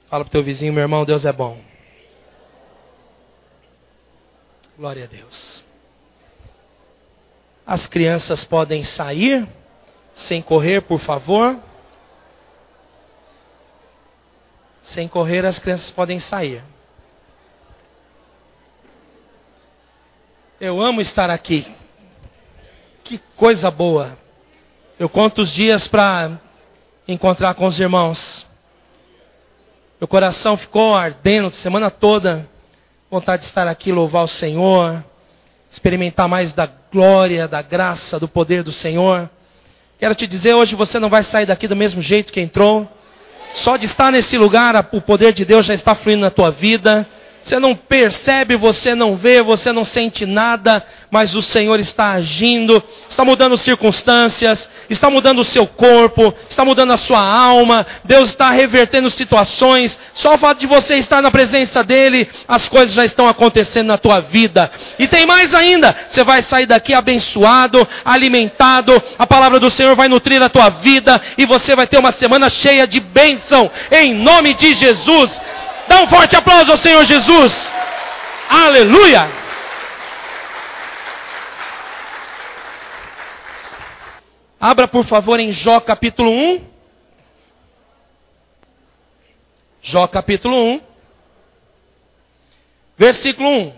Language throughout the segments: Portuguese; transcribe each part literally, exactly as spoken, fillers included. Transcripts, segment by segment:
Fala pro teu vizinho, meu irmão, Deus é bom. Glória a Deus. As crianças podem sair sem correr, por favor. Sem correr, as crianças podem sair. Eu amo estar aqui. Que coisa boa. Eu conto os dias para encontrar com os irmãos. Meu coração ficou ardendo semana toda. Vontade de estar aqui, louvar o Senhor. Experimentar mais da glória, da graça, do poder do Senhor. Quero te dizer, hoje você não vai sair daqui do mesmo jeito que entrou. Só de estar nesse lugar, o poder de Deus já está fluindo na tua vida. Você não percebe, você não vê, você não sente nada, mas o Senhor está agindo, está mudando circunstâncias, está mudando o seu corpo, está mudando a sua alma. Deus está revertendo situações. Só o fato de você estar na presença dEle, as coisas já estão acontecendo na tua vida. E tem mais ainda, você vai sair daqui abençoado, alimentado, a palavra do Senhor vai nutrir a tua vida, e você vai ter uma semana cheia de bênção, em nome de Jesus. Dá um forte aplauso ao Senhor Jesus. Aleluia. Abra por favor em Jó capítulo um. Jó capítulo um. Versículo um.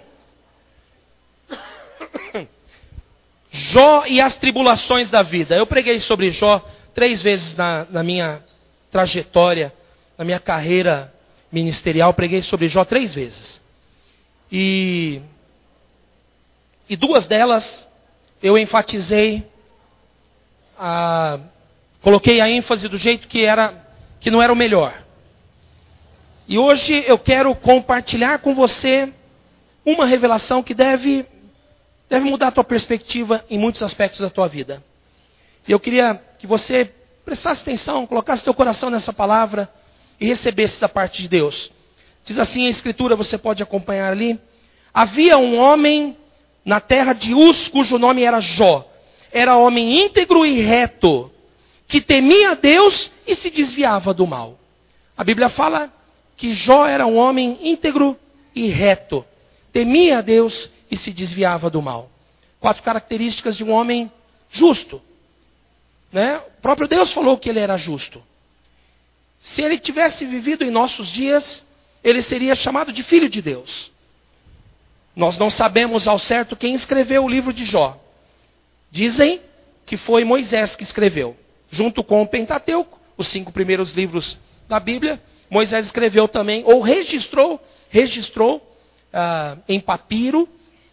Jó e as tribulações da vida. Eu preguei sobre Jó três vezes na, na minha trajetória, na minha carreira ministerial. Preguei sobre Jó três vezes. E, e duas delas eu enfatizei, a, coloquei a ênfase do jeito que, era, que não era o melhor. E hoje eu quero compartilhar com você uma revelação que deve, deve mudar a tua perspectiva em muitos aspectos da tua vida. E eu queria que você prestasse atenção, colocasse teu coração nessa palavra e recebesse da parte de Deus. Diz assim a Escritura, você pode acompanhar ali. Havia um homem na terra de Uz, cujo nome era Jó. Era homem íntegro e reto, que temia a Deus e se desviava do mal. A Bíblia fala que Jó era um homem íntegro e reto. Temia a Deus e se desviava do mal. Quatro características de um homem justo. Né? O próprio Deus falou que ele era justo. Se ele tivesse vivido em nossos dias, ele seria chamado de filho de Deus. Nós não sabemos ao certo quem escreveu o livro de Jó. Dizem que foi Moisés que escreveu. Junto com o Pentateuco, os cinco primeiros livros da Bíblia, Moisés escreveu também, ou registrou, registrou ah, em papiro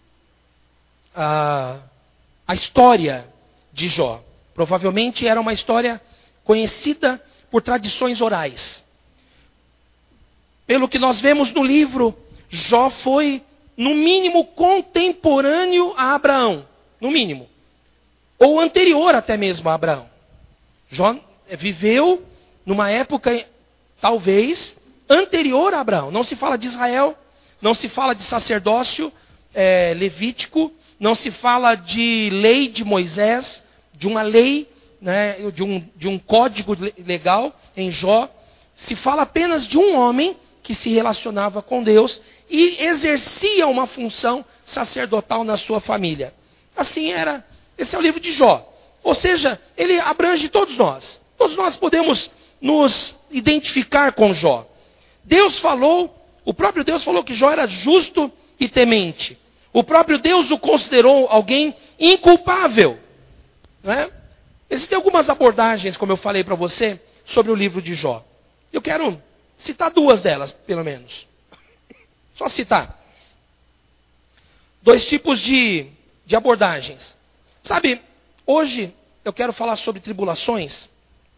ah, a história de Jó. Provavelmente era uma história conhecida por tradições orais. Pelo que nós vemos no livro, Jó foi, no mínimo, contemporâneo a Abraão. No mínimo. Ou anterior até mesmo a Abraão. Jó viveu numa época, talvez, anterior a Abraão. Não se fala de Israel, não se fala de sacerdócio é, levítico, não se fala de lei de Moisés, de uma lei, né, de, um, de um código legal em Jó. Se fala apenas de um homem que se relacionava com Deus e exercia uma função sacerdotal na sua família. Assim era, esse é o livro de Jó. Ou seja, ele abrange todos nós. Todos nós podemos nos identificar com Jó. Deus falou, o próprio Deus falou que Jó era justo e temente. O próprio Deus o considerou alguém inculpável. Não é? Existem algumas abordagens, como eu falei para você, sobre o livro de Jó. Eu quero citar duas delas, pelo menos. Só citar. Dois tipos de, de abordagens. Sabe, hoje eu quero falar sobre tribulações,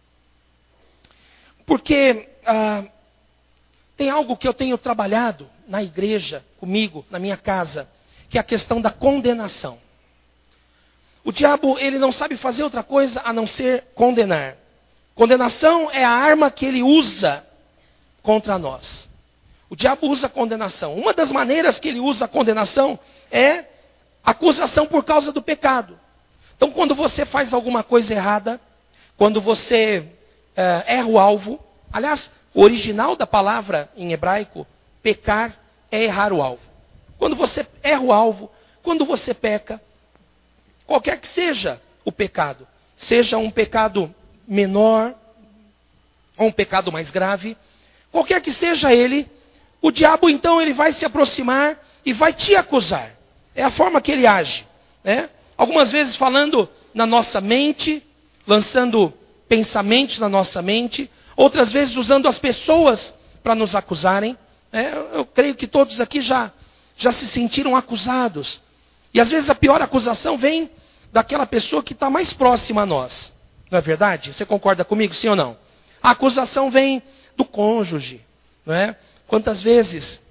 porque ah, tem algo que eu tenho trabalhado na igreja, comigo, na minha casa, que é a questão da condenação. O diabo, ele não sabe fazer outra coisa a não ser condenar. Condenação é a arma que ele usa contra nós. O diabo usa a condenação. Uma das maneiras que ele usa a condenação é acusação por causa do pecado. Então, quando você faz alguma coisa errada, quando você é, erra o alvo, aliás, O original da palavra em hebraico, pecar, é errar o alvo. Quando você erra o alvo, quando você peca, qualquer que seja o pecado, seja um pecado menor ou um pecado mais grave, qualquer que seja ele, o diabo então ele vai se aproximar e vai te acusar. É a forma que ele age, né? Algumas vezes falando na nossa mente, lançando pensamentos na nossa mente, outras vezes usando as pessoas para nos acusarem. Né? Eu, eu creio que todos aqui já, já se sentiram acusados. E às vezes a pior acusação vem daquela pessoa que está mais próxima a nós. Não é verdade? Você concorda comigo, sim ou não? A acusação vem do cônjuge. Não é? Quantas vezes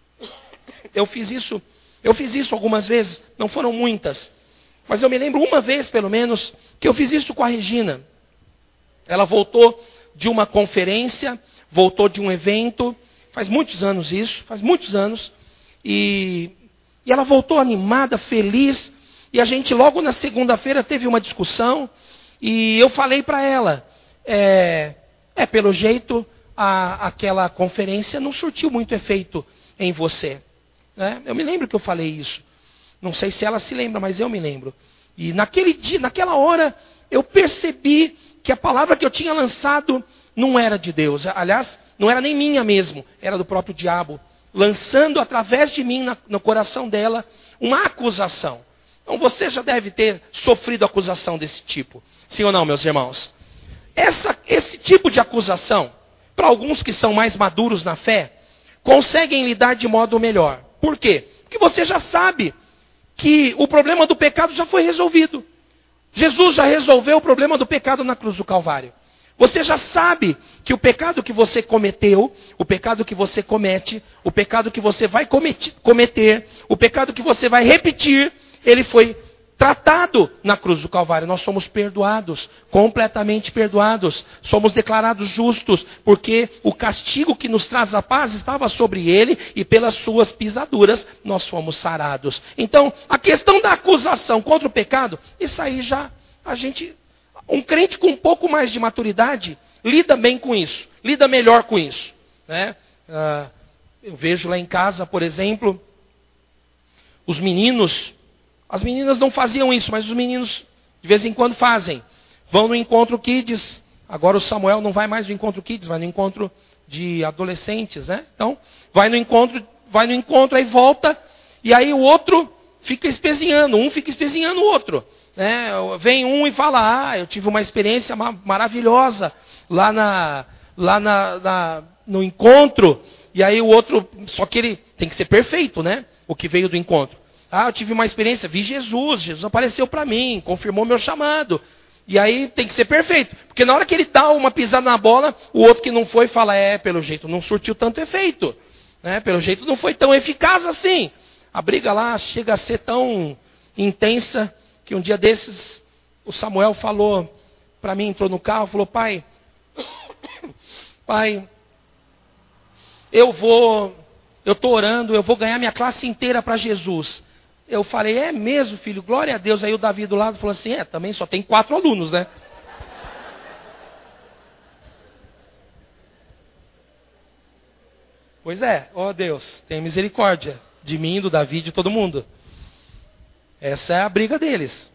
eu fiz isso, eu fiz isso algumas vezes, não foram muitas, mas eu me lembro uma vez pelo menos, que eu fiz isso com a Regina. Ela voltou de uma conferência, voltou de um evento, faz muitos anos isso, faz muitos anos, e, e ela voltou animada, feliz, e a gente logo na segunda-feira teve uma discussão, e eu falei para ela, é, é, pelo jeito, a, aquela conferência não surtiu muito efeito em você. Né? Eu me lembro que eu falei isso. Não sei se ela se lembra, mas eu me lembro. E naquele dia, naquela hora, eu percebi que a palavra que eu tinha lançado não era de Deus. Aliás, não era nem minha mesmo, era do próprio diabo, lançando através de mim, na, no coração dela, uma acusação. Então você já deve ter sofrido acusação desse tipo. Sim ou não, meus irmãos? Essa, esse tipo de acusação, para alguns que são mais maduros na fé, conseguem lidar de modo melhor. Por quê? Porque você já sabe que o problema do pecado já foi resolvido. Jesus já resolveu o problema do pecado na cruz do Calvário. Você já sabe que o pecado que você cometeu, o pecado que você comete, o pecado que você vai cometer, o pecado que você vai repetir, ele foi tratado na cruz do Calvário. Nós somos perdoados, completamente perdoados. Somos declarados justos, porque o castigo que nos traz a paz estava sobre ele, e pelas suas pisaduras nós fomos sarados. Então, a questão da acusação contra o pecado, isso aí já, a gente, um crente com um pouco mais de maturidade, lida bem com isso, lida melhor com isso. Né? Ah, eu vejo lá em casa, por exemplo, os meninos... As meninas não faziam isso, mas os meninos de vez em quando fazem. Vão no Encontro Kids. Agora o Samuel não vai mais no Encontro Kids, vai no encontro de adolescentes, né? Então, vai no encontro, vai no encontro, aí volta, e aí o outro fica espezinhando, um fica espezinhando o outro. Né? Vem um e fala, ah, eu tive uma experiência maravilhosa lá, na, lá na, na, no encontro, e aí o outro, só que ele tem que ser perfeito, né? O que veio do encontro. Ah, eu tive uma experiência, vi Jesus, Jesus apareceu para mim, confirmou meu chamado. E aí tem que ser perfeito. Porque na hora que ele dá uma pisada na bola, o outro que não foi fala, é, pelo jeito não surtiu tanto efeito. Né? Pelo jeito não foi tão eficaz assim. A briga lá chega a ser tão intensa, que um dia desses, o Samuel falou para mim, entrou no carro, falou, pai, pai, eu vou, eu estou orando, eu vou ganhar minha classe inteira para Jesus. Eu falei, é mesmo, filho? Glória a Deus. Aí o Davi do lado falou assim, é, também só tem quatro alunos, né? Pois é, ó Deus, tem misericórdia de mim, do Davi, de todo mundo. Essa é a briga deles.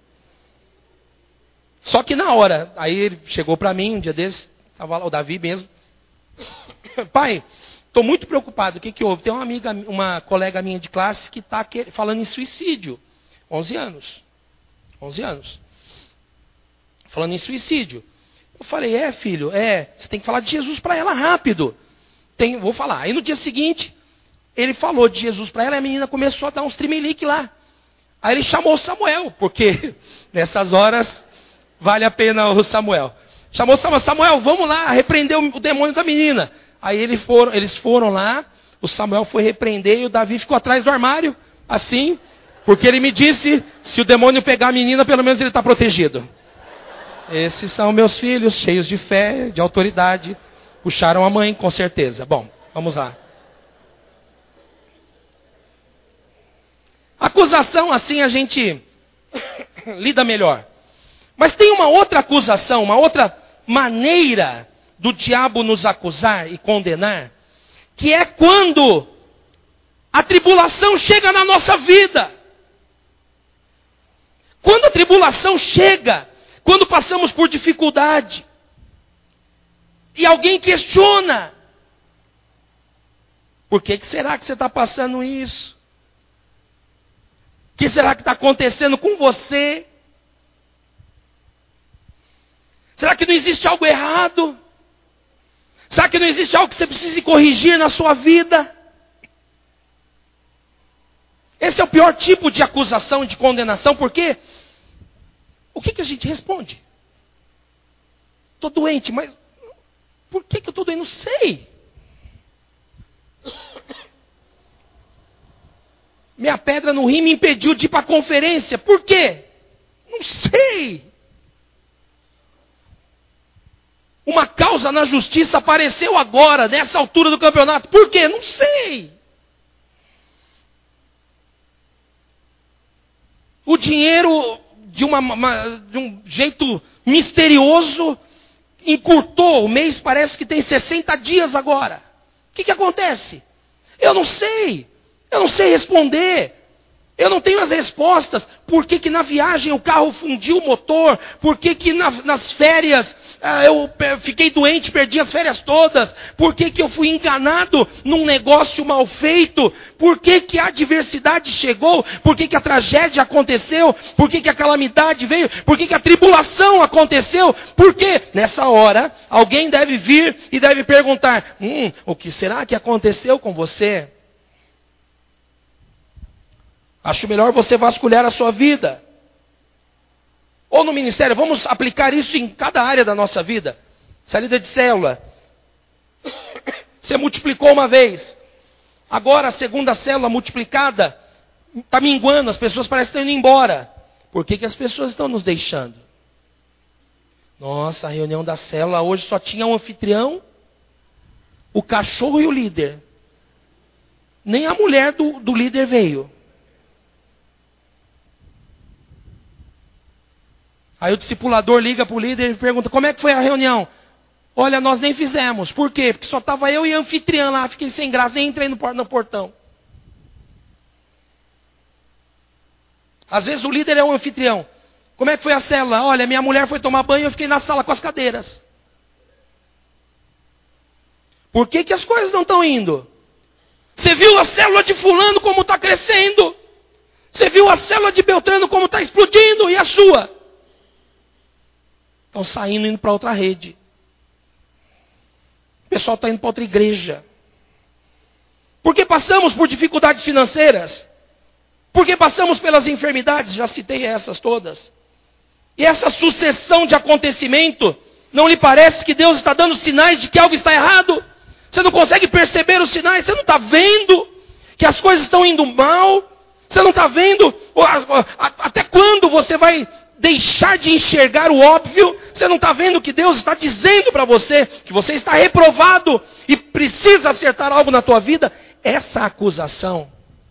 Só que na hora, aí ele chegou para mim, um dia desses, estava lá o Davi mesmo. Pai, estou muito preocupado, o que, que houve? Tem uma amiga, uma colega minha de classe que está falando em suicídio. onze anos. onze anos. Falando em suicídio. Eu falei, é filho, é, você tem que falar de Jesus para ela rápido. Tem, vou falar. Aí no dia seguinte, ele falou de Jesus para ela e a menina começou a dar uns trimelique lá. Aí ele chamou o Samuel, porque nessas horas vale a pena o Samuel. Chamou o Samuel, Samuel, vamos lá, repreender o demônio da menina. Aí eles foram, eles foram lá, o Samuel foi repreender e o Davi ficou atrás do armário, assim, porque ele me disse, se o demônio pegar a menina, pelo menos ele está protegido. Esses são meus filhos, cheios de fé, de autoridade, puxaram a mãe, com certeza. Bom, vamos lá. Acusação, assim a gente lida melhor. Mas tem uma outra acusação, uma outra maneira do diabo nos acusar e condenar, que é quando a tribulação chega na nossa vida. Quando a tribulação chega, quando passamos por dificuldade, e alguém questiona, por que, que será que você está passando isso? O que será que está acontecendo com você? Será que não existe algo errado? Será que não existe algo que você precise corrigir na sua vida? Esse é o pior tipo de acusação e de condenação, porque o que, que a gente responde? Estou doente, mas por que, que eu estou doente? Não sei. Minha pedra no rim me impediu de ir para a conferência. Por quê? Não sei. Uma causa na justiça apareceu agora, nessa altura do campeonato. Por quê? Não sei. O dinheiro, de, uma, uma, de um jeito misterioso, encurtou. O mês parece que tem sessenta dias agora. O que, que acontece? Eu não sei. Eu não sei responder. Eu não tenho as respostas. Por que, que na viagem o carro fundiu o motor? Por que, que na, nas férias ah, eu fiquei doente, perdi as férias todas? Por que, que eu fui enganado num negócio mal feito? Por que, que a adversidade chegou? Por que, que a tragédia aconteceu? Por que, que a calamidade veio? Por que, que a tribulação aconteceu? Por quê? Nessa hora, alguém deve vir e deve perguntar, hum, o que será que aconteceu com você? Acho melhor você vasculhar a sua vida. Ou no ministério, vamos aplicar isso em cada área da nossa vida. Saída de célula. Você multiplicou uma vez. Agora a segunda célula multiplicada está minguando, as pessoas parecem que estão indo embora. Por que, que as pessoas estão nos deixando? Nossa, a reunião da célula hoje só tinha um anfitrião, o cachorro e o líder. Nem a mulher do, do líder veio. Aí o discipulador liga para o líder e pergunta, como é que foi a reunião? Olha, nós nem fizemos. Por quê? Porque só estava eu e a anfitriã lá, fiquei sem graça, nem entrei no, no portão. Às vezes o líder é o anfitrião. Como é que foi a célula? Olha, minha mulher foi tomar banho e eu fiquei na sala com as cadeiras. Por que, que as coisas não estão indo? Você viu a célula de fulano como está crescendo? Você viu a célula de Beltrano como está explodindo? E a sua? Estão saindo, indo para outra rede. O pessoal está indo para outra igreja. Porque passamos por dificuldades financeiras. Porque passamos pelas enfermidades, já citei essas todas. E essa sucessão de acontecimento, não lhe parece que Deus está dando sinais de que algo está errado? Você não consegue perceber os sinais? Você não está vendo que as coisas estão indo mal? Você não está vendo? Até quando você vai deixar de enxergar o óbvio? Você não está vendo que Deus está dizendo para você que você está reprovado e precisa acertar algo na tua vida? Essa acusação,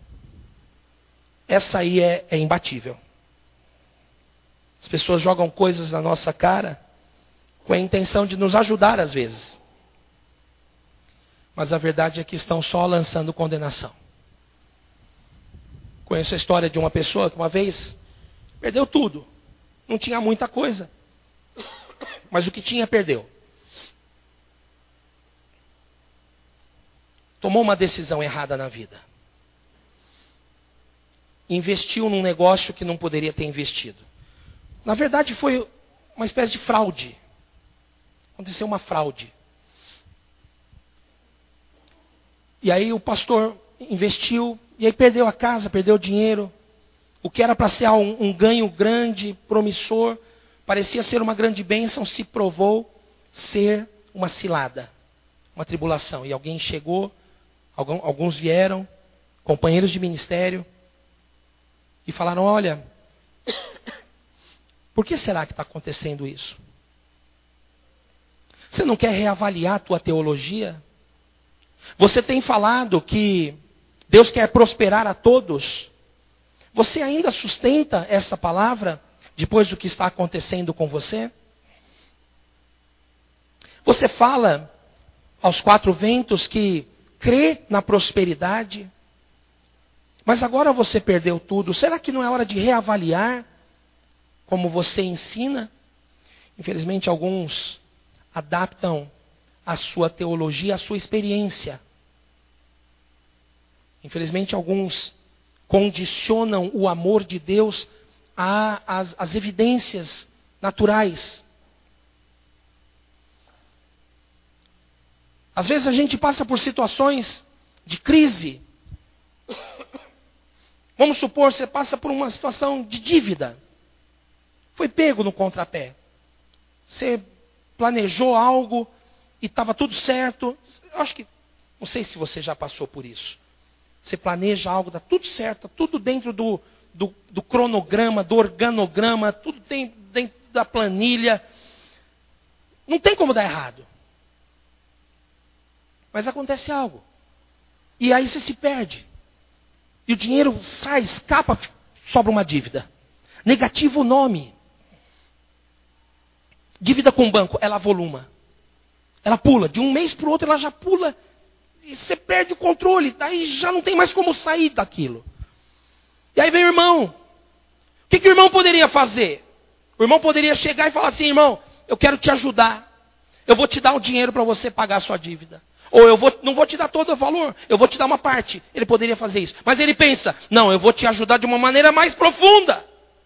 essa aí é, é imbatível. As pessoas jogam coisas na nossa cara com a intenção de nos ajudar às vezes. Mas a verdade é que estão só lançando condenação. Conheço a história de uma pessoa que uma vez perdeu tudo. Não tinha muita coisa. Mas o que tinha, perdeu. Tomou uma decisão errada na vida. Investiu num negócio que não poderia ter investido. Na verdade, foi uma espécie de fraude. Aconteceu uma fraude. E aí o pastor investiu, e aí perdeu a casa, perdeu o dinheiro. O que era para ser um, um ganho grande, promissor, parecia ser uma grande bênção, se provou ser uma cilada, uma tribulação. E alguém chegou, algum, alguns vieram, companheiros de ministério, e falaram, olha, por que será que está acontecendo isso? Você não quer reavaliar a tua teologia? Você tem falado que Deus quer prosperar a todos. Você ainda sustenta essa palavra depois do que está acontecendo com você? Você fala aos quatro ventos que crê na prosperidade, mas agora você perdeu tudo. Será que não é hora de reavaliar como você ensina? Infelizmente, alguns adaptam a sua teologia à sua experiência. Infelizmente, alguns condicionam o amor de Deus às, às evidências naturais. Às vezes a gente passa por situações de crise. Vamos supor, você passa por uma situação de dívida. Foi pego no contrapé. Você planejou algo e estava tudo certo. Eu acho que, não sei se você já passou por isso. Você planeja algo, dá tudo certo, tudo dentro do, do, do cronograma, do organograma, tudo tem dentro da planilha. Não tem como dar errado. Mas acontece algo. E aí você se perde. E o dinheiro sai, escapa, sobra uma dívida. Negativo o nome. Dívida com o banco, ela avoluma. Ela pula. De um mês para o outro, ela já pula. E você perde o controle. Daí já não tem mais como sair daquilo. E aí vem o irmão. O que, que o irmão poderia fazer? O irmão poderia chegar e falar assim: irmão, eu quero te ajudar. Eu vou te dar o dinheiro para você pagar a sua dívida. Ou eu vou, não vou te dar todo o valor, eu vou te dar uma parte. Ele poderia fazer isso. Mas ele pensa: não, eu vou te ajudar de uma maneira mais profunda.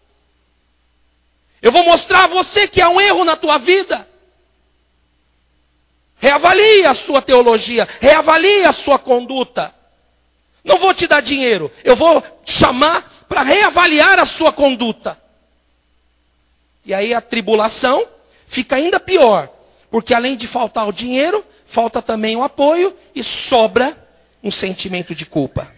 Eu vou mostrar a você que há um erro na tua vida. Reavalie a sua teologia, reavalie a sua conduta. Não vou te dar dinheiro, eu vou te chamar para reavaliar a sua conduta. E aí a tribulação fica ainda pior, porque além de faltar o dinheiro, falta também o apoio e sobra um sentimento de culpa.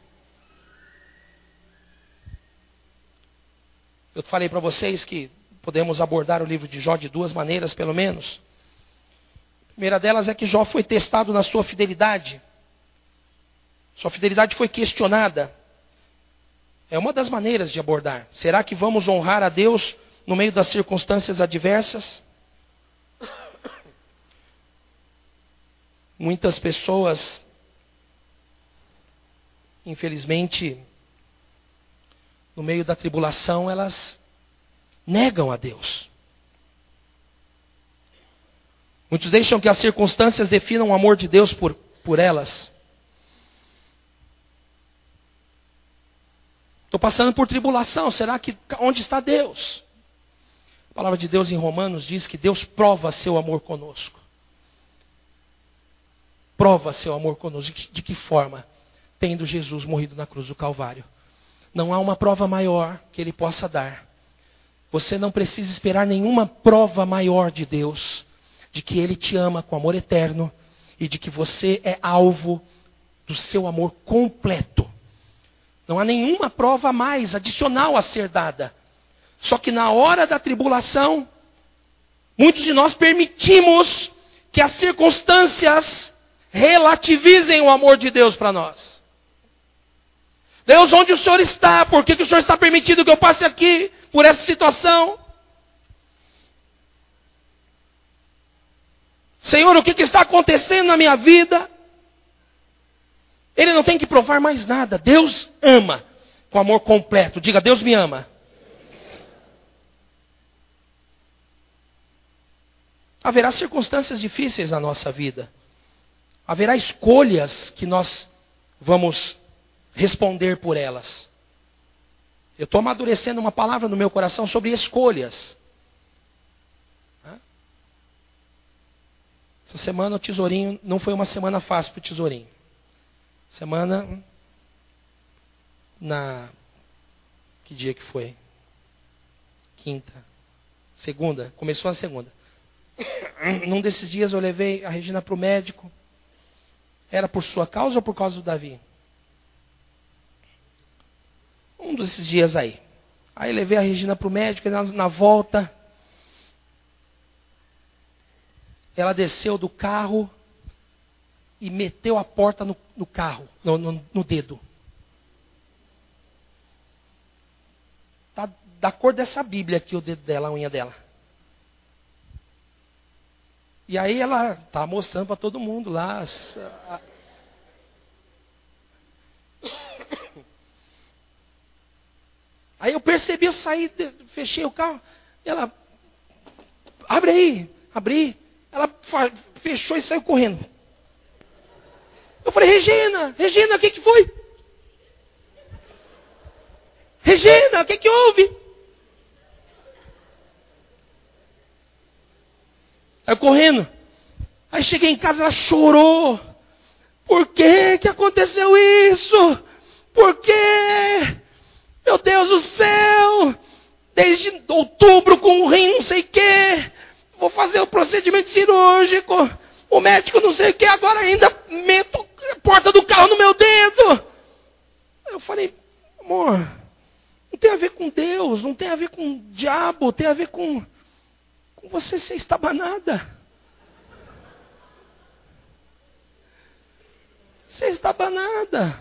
Eu falei para vocês que podemos abordar o livro de Jó de duas maneiras, pelo menos. A primeira delas é que Jó foi testado na sua fidelidade. Sua fidelidade foi questionada. É uma das maneiras de abordar. Será que vamos honrar a Deus no meio das circunstâncias adversas? Muitas pessoas, infelizmente, no meio da tribulação, elas negam a Deus. Muitos deixam que as circunstâncias definam o amor de Deus por, por elas. Estou passando por tribulação, será que onde está Deus? A palavra de Deus em Romanos diz que Deus prova seu amor conosco. Prova seu amor conosco. De que, de que forma? Tendo Jesus morrido na cruz do Calvário. Não há uma prova maior que Ele possa dar. Você não precisa esperar nenhuma prova maior de Deus, de que Ele te ama com amor eterno e de que você é alvo do seu amor completo. Não há nenhuma prova a mais, adicional a ser dada. Só que na hora da tribulação, muitos de nós permitimos que as circunstâncias relativizem o amor de Deus para nós. Deus, onde o Senhor está? Por que, que o Senhor está permitindo que eu passe aqui por essa situação? Senhor, o que, que está acontecendo na minha vida? Ele não tem que provar mais nada. Deus ama com amor completo. Diga: Deus me ama. Haverá circunstâncias difíceis na nossa vida. Haverá escolhas que nós vamos responder por elas. Eu estou amadurecendo uma palavra no meu coração sobre escolhas. Essa semana o tesourinho não foi uma semana fácil para o tesourinho. Semana na... Que dia que foi? Quinta. Segunda. Começou na segunda. Num desses dias eu levei a Regina para o médico. Era por sua causa ou por causa do Davi? Um desses dias aí. Aí levei a Regina para o médico e na, na volta ela desceu do carro e meteu a porta no, no carro, no, no, no dedo. Tá da cor dessa Bíblia aqui o dedo dela, a unha dela. E aí ela tá mostrando para todo mundo lá. As, a... Aí eu percebi, eu saí, fechei o carro. Ela, abre aí, abri. Ela fechou e saiu correndo. Eu falei, Regina, Regina, o que que foi? Regina, o que que houve? Aí eu correndo. Aí cheguei em casa, ela chorou. Por que que aconteceu isso? Por quê? Meu Deus do céu. Desde outubro com o rim não sei o quê. Vou fazer o procedimento cirúrgico. O médico não sei o quê. Agora ainda meto a porta do carro no meu dedo. Eu falei, amor, não tem a ver com Deus. Não tem a ver com o diabo. Tem a ver com... você ser estabanada. Você estabanada.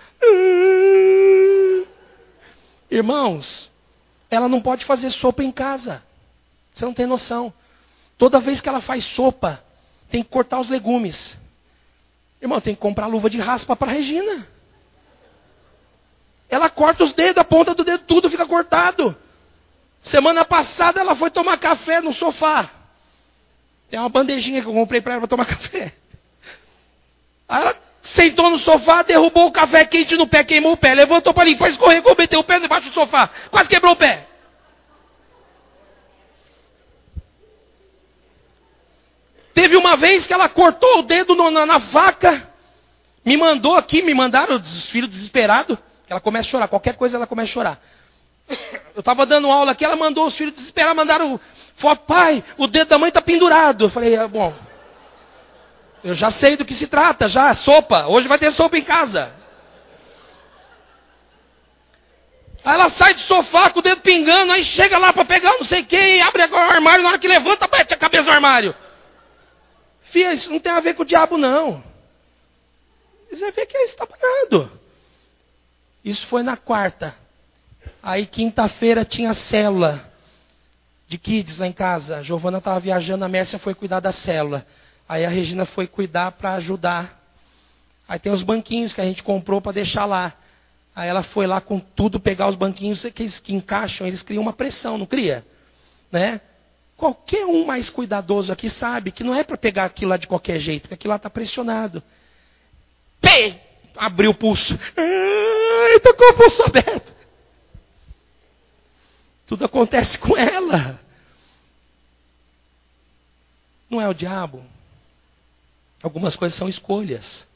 Hum. Irmãos, ela não pode fazer sopa em casa. Você não tem noção. Toda vez que ela faz sopa, tem que cortar os legumes. Irmão, tem que comprar luva de raspa para Regina. Ela corta os dedos, a ponta do dedo, tudo fica cortado. Semana passada ela foi tomar café no sofá. Tem uma bandejinha que eu comprei para ela para tomar café. Aí ela sentou no sofá, derrubou o café quente no pé, queimou o pé. Levantou para limpar, escorregou, meteu o pé debaixo do sofá. Quase quebrou o pé. Teve uma vez que ela cortou o dedo no, na, na faca. Me mandou aqui, me mandaram os filhos desesperados. Ela começa a chorar, qualquer coisa ela começa a chorar. Eu estava dando aula aqui, ela mandou os filhos desesperados, mandaram foto, pai, o dedo da mãe está pendurado. Eu falei, ah, bom, eu já sei do que se trata, já, sopa, hoje vai ter sopa em casa. Aí ela sai do sofá com o dedo pingando, aí chega lá para pegar não sei o que, e abre agora o armário, na hora que levanta, bate a cabeça no armário. Fia, isso não tem a ver com o diabo não. Isso vai ver que é estabanado. Isso foi na quarta. Aí quinta-feira tinha célula de kids lá em casa. A Giovana estava viajando, a Mércia foi cuidar da célula. Aí a Regina foi cuidar para ajudar. Aí tem os banquinhos que a gente comprou para deixar lá. Aí ela foi lá com tudo pegar os banquinhos que, que encaixam, eles criam uma pressão, não cria? Né? Qualquer um mais cuidadoso aqui sabe que não é para pegar aquilo lá de qualquer jeito, porque aquilo lá está pressionado. Pê! Abriu o pulso. Ai, estou com o pulso aberto. Tudo acontece com ela. Não é o diabo. Algumas coisas são escolhas.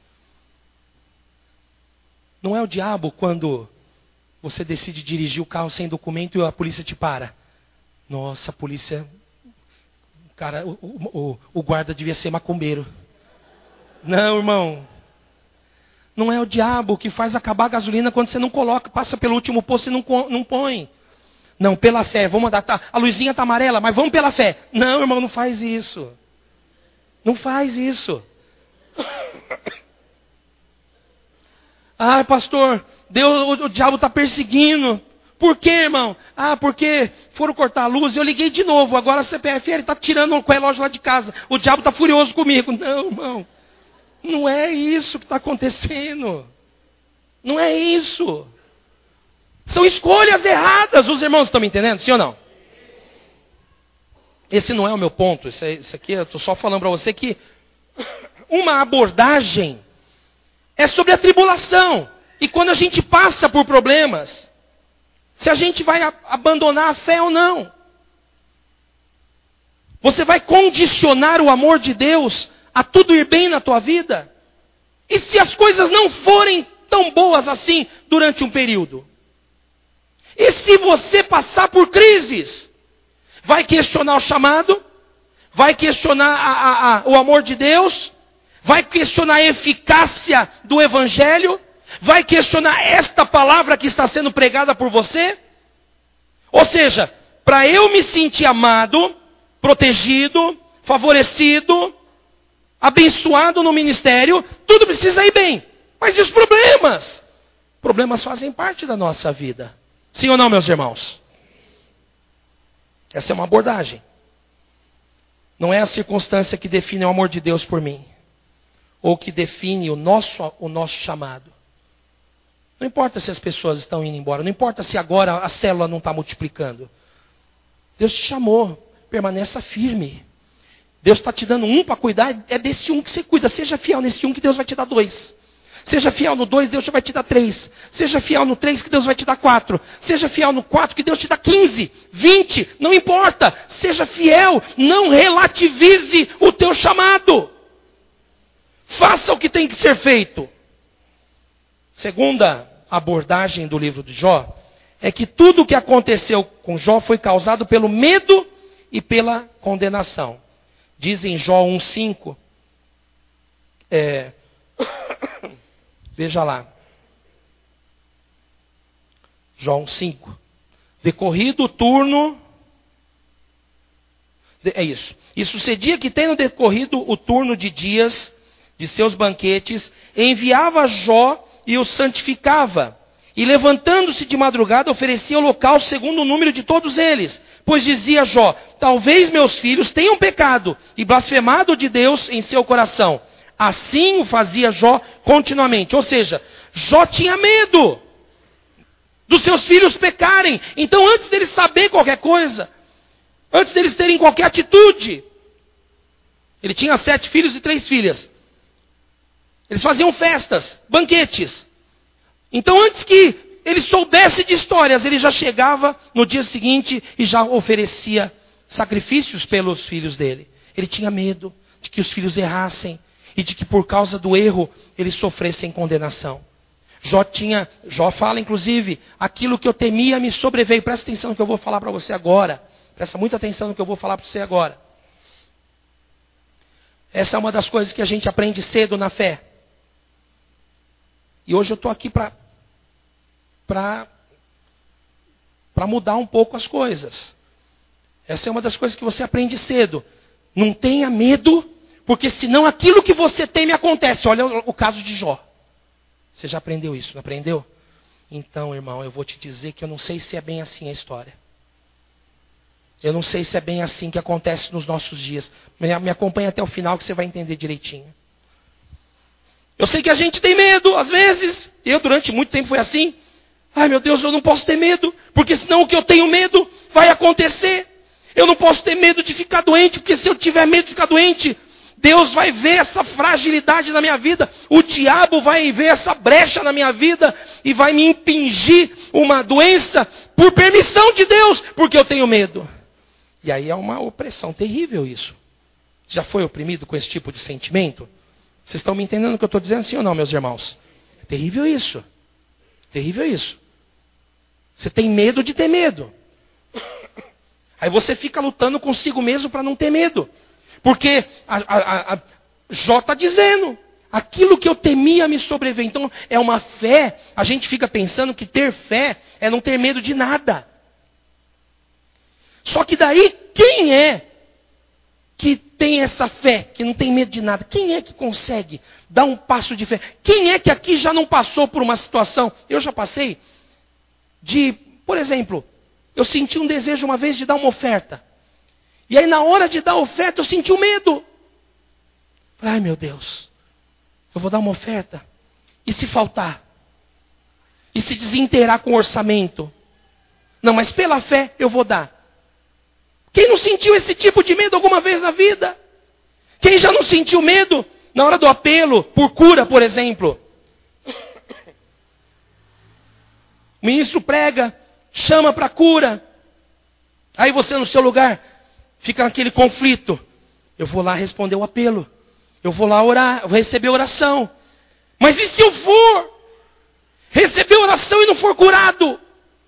Não é o diabo quando você decide dirigir o carro sem documento e a polícia te para. Nossa, a polícia... Cara, o, o, o guarda devia ser macumbeiro. Não, irmão. Não é o diabo que faz acabar a gasolina quando você não coloca, passa pelo último posto e não, não põe. Não, pela fé, vamos andar, tá, a luzinha está amarela, mas vamos pela fé. Não, irmão, não faz isso. Não faz isso. Ah, pastor, Deus, o, o diabo está perseguindo. Por quê, irmão? Ah, porque foram cortar a luz e eu liguei de novo. Agora a C P F, ele está tirando o relógio lá de casa. O diabo está furioso comigo. Não, irmão. Não é isso que está acontecendo. Não é isso. São escolhas erradas. Os irmãos estão me entendendo? Sim ou não? Esse não é o meu ponto. Isso, é, isso aqui eu estou só falando para você que uma abordagem é sobre a tribulação. E quando a gente passa por problemas, se a gente vai a, abandonar a fé ou não. Você vai condicionar o amor de Deus a tudo ir bem na tua vida? E se as coisas não forem tão boas assim durante um período? E se você passar por crises? Vai questionar o chamado? Vai questionar a, a, a, o amor de Deus? Vai questionar a eficácia do Evangelho? Vai questionar esta palavra que está sendo pregada por você? Ou seja, para eu me sentir amado, protegido, favorecido, abençoado no ministério, tudo precisa ir bem. Mas e os problemas? Problemas fazem parte da nossa vida. Sim ou não, meus irmãos? Essa é uma abordagem. Não é a circunstância que define o amor de Deus por mim, ou que define o nosso, o nosso chamado. Não importa se as pessoas estão indo embora, não importa se agora a célula não está multiplicando. Deus te chamou, permaneça firme. Deus está te dando um para cuidar, é desse um que você cuida. Seja fiel nesse um que Deus vai te dar dois. Seja fiel no dois, Deus vai te dar três. Seja fiel no três, que Deus vai te dar quatro. Seja fiel no quatro, que Deus te dá quinze, vinte, não importa. Seja fiel, não relativize o teu chamado. Faça o que tem que ser feito. Segunda abordagem do livro de Jó, é que tudo o que aconteceu com Jó foi causado pelo medo e pela condenação. Diz em Jó um, cinco, é, veja lá, Jó um, cinco, decorrido o turno, é isso, e sucedia que tendo decorrido o turno de dias de seus banquetes, enviava Jó e o santificava, e levantando-se de madrugada oferecia holocausto segundo o número de todos eles. Pois dizia Jó, talvez meus filhos tenham pecado e blasfemado de Deus em seu coração. Assim o fazia Jó continuamente. Ou seja, Jó tinha medo dos seus filhos pecarem. Então antes deles saber qualquer coisa, antes deles terem qualquer atitude, ele tinha sete filhos e três filhas. Eles faziam festas, banquetes. Então antes que ele soubesse de histórias, ele já chegava no dia seguinte e já oferecia sacrifícios pelos filhos dele. Ele tinha medo de que os filhos errassem e de que por causa do erro eles sofressem condenação. Jó tinha, Jó fala inclusive, aquilo que eu temia me sobreveio. Presta atenção no que eu vou falar para você agora. Presta muita atenção no que eu vou falar para você agora. Essa é uma das coisas que a gente aprende cedo na fé. E hoje eu estou aqui para para mudar um pouco as coisas. Essa é uma das coisas que você aprende cedo. Não tenha medo, porque senão aquilo que você teme acontece. Olha o, o caso de Jó. Você já aprendeu isso, não aprendeu? Então, irmão, eu vou te dizer que eu não sei se é bem assim a história. Eu não sei se é bem assim que acontece nos nossos dias. Me, me acompanha até o final que você vai entender direitinho. Eu sei que a gente tem medo, às vezes. Eu, durante muito tempo, foi assim. Ai, meu Deus, eu não posso ter medo, porque senão o que eu tenho medo vai acontecer. Eu não posso ter medo de ficar doente, porque se eu tiver medo de ficar doente, Deus vai ver essa fragilidade na minha vida. O diabo vai ver essa brecha na minha vida e vai me impingir uma doença por permissão de Deus, porque eu tenho medo. E aí é uma opressão terrível isso. Já foi oprimido com esse tipo de sentimento? Vocês estão me entendendo o que eu estou dizendo, sim ou não, meus irmãos? É terrível isso. Terrível isso. Você tem medo de ter medo. Aí você fica lutando consigo mesmo para não ter medo. Porque a, a, a Jó está dizendo, aquilo que eu temia me sobreveio. Então é uma fé, a gente fica pensando que ter fé é não ter medo de nada. Só que daí, quem é que tem essa fé, que não tem medo de nada? Quem é que consegue dar um passo de fé? Quem é que aqui já não passou por uma situação? Eu já passei de, por exemplo, eu senti um desejo uma vez de dar uma oferta. E aí na hora de dar a oferta eu senti um medo. Ai meu Deus, eu vou dar uma oferta. E se faltar? E se desinteirar com o orçamento? Não, mas pela fé eu vou dar. Quem não sentiu esse tipo de medo alguma vez na vida? Quem já não sentiu medo na hora do apelo por cura, por exemplo? O ministro prega, chama para cura. Aí você no seu lugar fica naquele conflito. Eu vou lá responder o apelo. Eu vou lá orar, eu vou receber oração. Mas e se eu for receber oração e não for curado?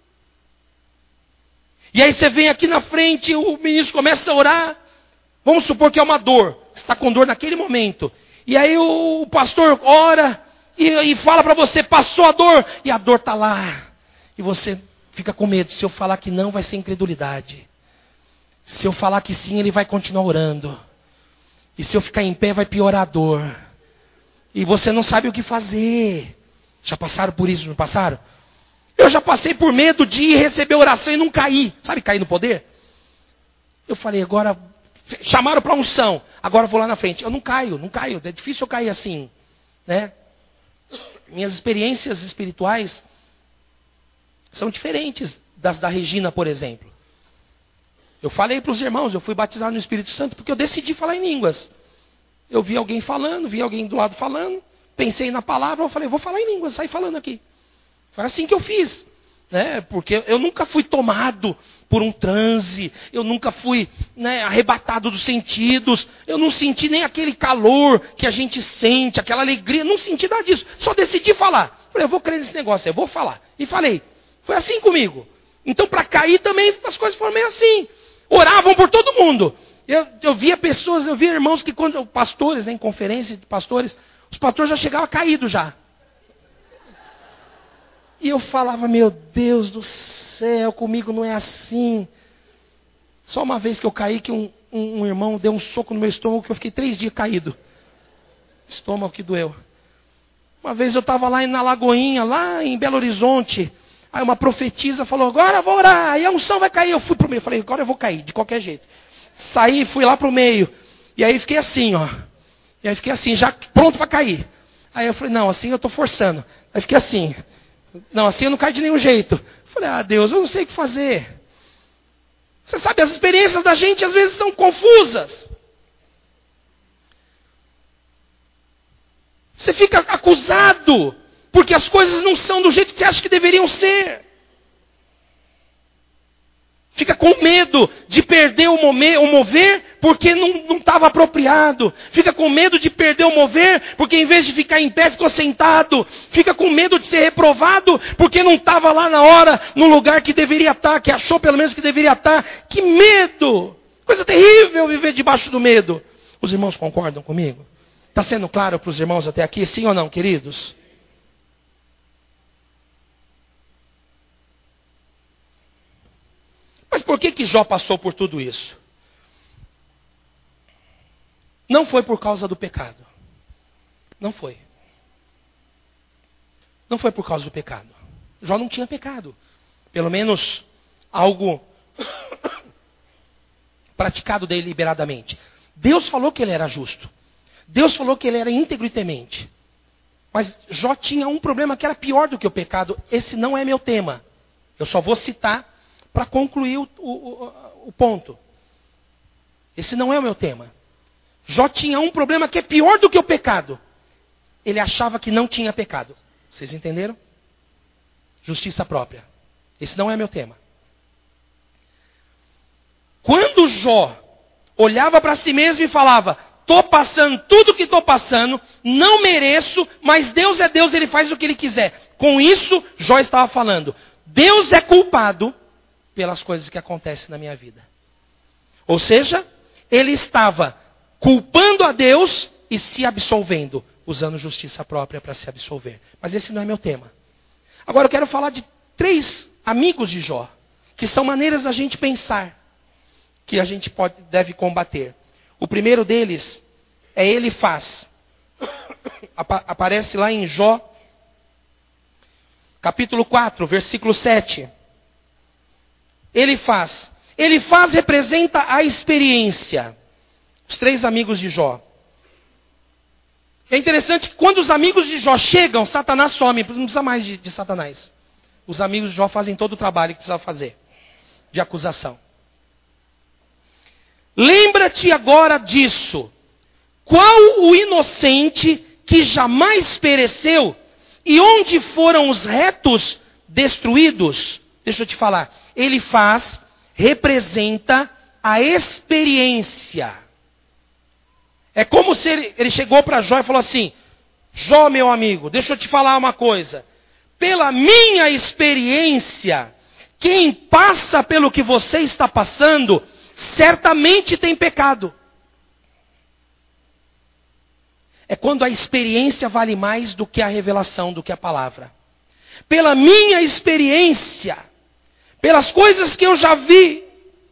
E aí você vem aqui na frente, o ministro começa a orar. Vamos supor que é uma dor. Você está com dor naquele momento. E aí o pastor ora e, e fala para você, passou a dor. E a dor está lá. E você fica com medo. Se eu falar que não, vai ser incredulidade. Se eu falar que sim, ele vai continuar orando. E se eu ficar em pé, vai piorar a dor. E você não sabe o que fazer. Já passaram por isso, não passaram? Eu já passei por medo de ir receber oração e não cair. Sabe cair no poder? Eu falei, agora Chamaram para unção. Agora eu vou lá na frente. Eu não caio, não caio. É difícil eu cair assim, né? Minhas experiências espirituais são diferentes das da Regina, por exemplo. Eu falei para os irmãos, eu fui batizado no Espírito Santo porque eu decidi falar em línguas. Eu vi alguém falando, vi alguém do lado falando, pensei na palavra, eu falei, vou falar em línguas, saí falando aqui. Foi assim que eu fiz, né? Porque eu nunca fui tomado por um transe, eu nunca fui, né, arrebatado dos sentidos, eu não senti nem aquele calor que a gente sente, aquela alegria, não senti nada disso, só decidi falar. Falei, eu vou crer nesse negócio, eu vou falar. E falei, foi assim comigo. Então para cair também as coisas foram meio assim. Oravam por todo mundo. Eu, eu via pessoas, eu via irmãos que quando, pastores, né, em conferência de pastores, os pastores já chegavam caídos já. E eu falava, meu Deus do céu, comigo não é assim. Só uma vez que eu caí, que um, um, um irmão deu um soco no meu estômago, que eu fiquei três dias caído. Estômago que doeu. Uma vez eu estava lá na Lagoinha, lá em Belo Horizonte. Aí uma profetisa falou, agora eu vou orar, aí a unção vai cair. Eu fui para o meio, falei, agora eu vou cair, de qualquer jeito. Saí, fui lá para o meio. E aí fiquei assim, ó. E aí fiquei assim, já pronto para cair. Aí eu falei, não, assim eu estou forçando. Aí fiquei assim. Não, assim eu não caio de nenhum jeito. Eu falei, ah, Deus, eu não sei o que fazer. Você sabe, as experiências da gente às vezes são confusas. Você fica acusado, porque as coisas não são do jeito que você acha que deveriam ser. Fica com medo de perder o mover, porque não estava apropriado. Fica com medo de perder o mover, porque em vez de ficar em pé, ficou sentado. Fica com medo de ser reprovado, porque não estava lá na hora, no lugar que deveria estar, que achou pelo menos que deveria estar. Que medo! Coisa terrível viver debaixo do medo. Os irmãos concordam comigo? Está sendo claro para os irmãos até aqui, sim ou não, queridos? Mas por que que Jó passou por tudo isso? Não foi por causa do pecado. Não foi. Não foi por causa do pecado. Jó não tinha pecado. Pelo menos algo praticado deliberadamente. Deus falou que ele era justo. Deus falou que ele era íntegro e temente. Mas Jó tinha um problema que era pior do que o pecado. Esse não é meu tema. Eu só vou citar para concluir o, o, o ponto. Esse não é o meu tema. Jó tinha um problema que é pior do que o pecado. Ele achava que não tinha pecado. Vocês entenderam? Justiça própria. Esse não é meu tema. Quando Jó olhava para si mesmo e falava, estou passando tudo que estou passando, não mereço, mas Deus é Deus, Ele faz o que Ele quiser. Com isso, Jó estava falando, Deus é culpado pelas coisas que acontecem na minha vida. Ou seja, ele estava culpando a Deus e se absolvendo, usando justiça própria para se absolver. Mas esse não é meu tema. Agora eu quero falar de três amigos de Jó, que são maneiras da gente pensar, que a gente pode, deve combater. O primeiro deles é Elifaz. Aparece lá em Jó, capítulo quatro, versículo sete. Elifaz. Elifaz representa a experiência. Os três amigos de Jó. É interessante que quando os amigos de Jó chegam, Satanás some. Não precisa mais de, de Satanás. Os amigos de Jó fazem todo o trabalho que precisava fazer. De acusação. Lembra-te agora disso. Qual o inocente que jamais pereceu? E onde foram os retos destruídos? Deixa eu te falar. Elifaz representa a experiência. É como se ele, ele chegou para Jó e falou assim, Jó, meu amigo, deixa eu te falar uma coisa. Pela minha experiência, quem passa pelo que você está passando, certamente tem pecado. É quando a experiência vale mais do que a revelação, do que a palavra. Pela minha experiência, pelas coisas que eu já vi.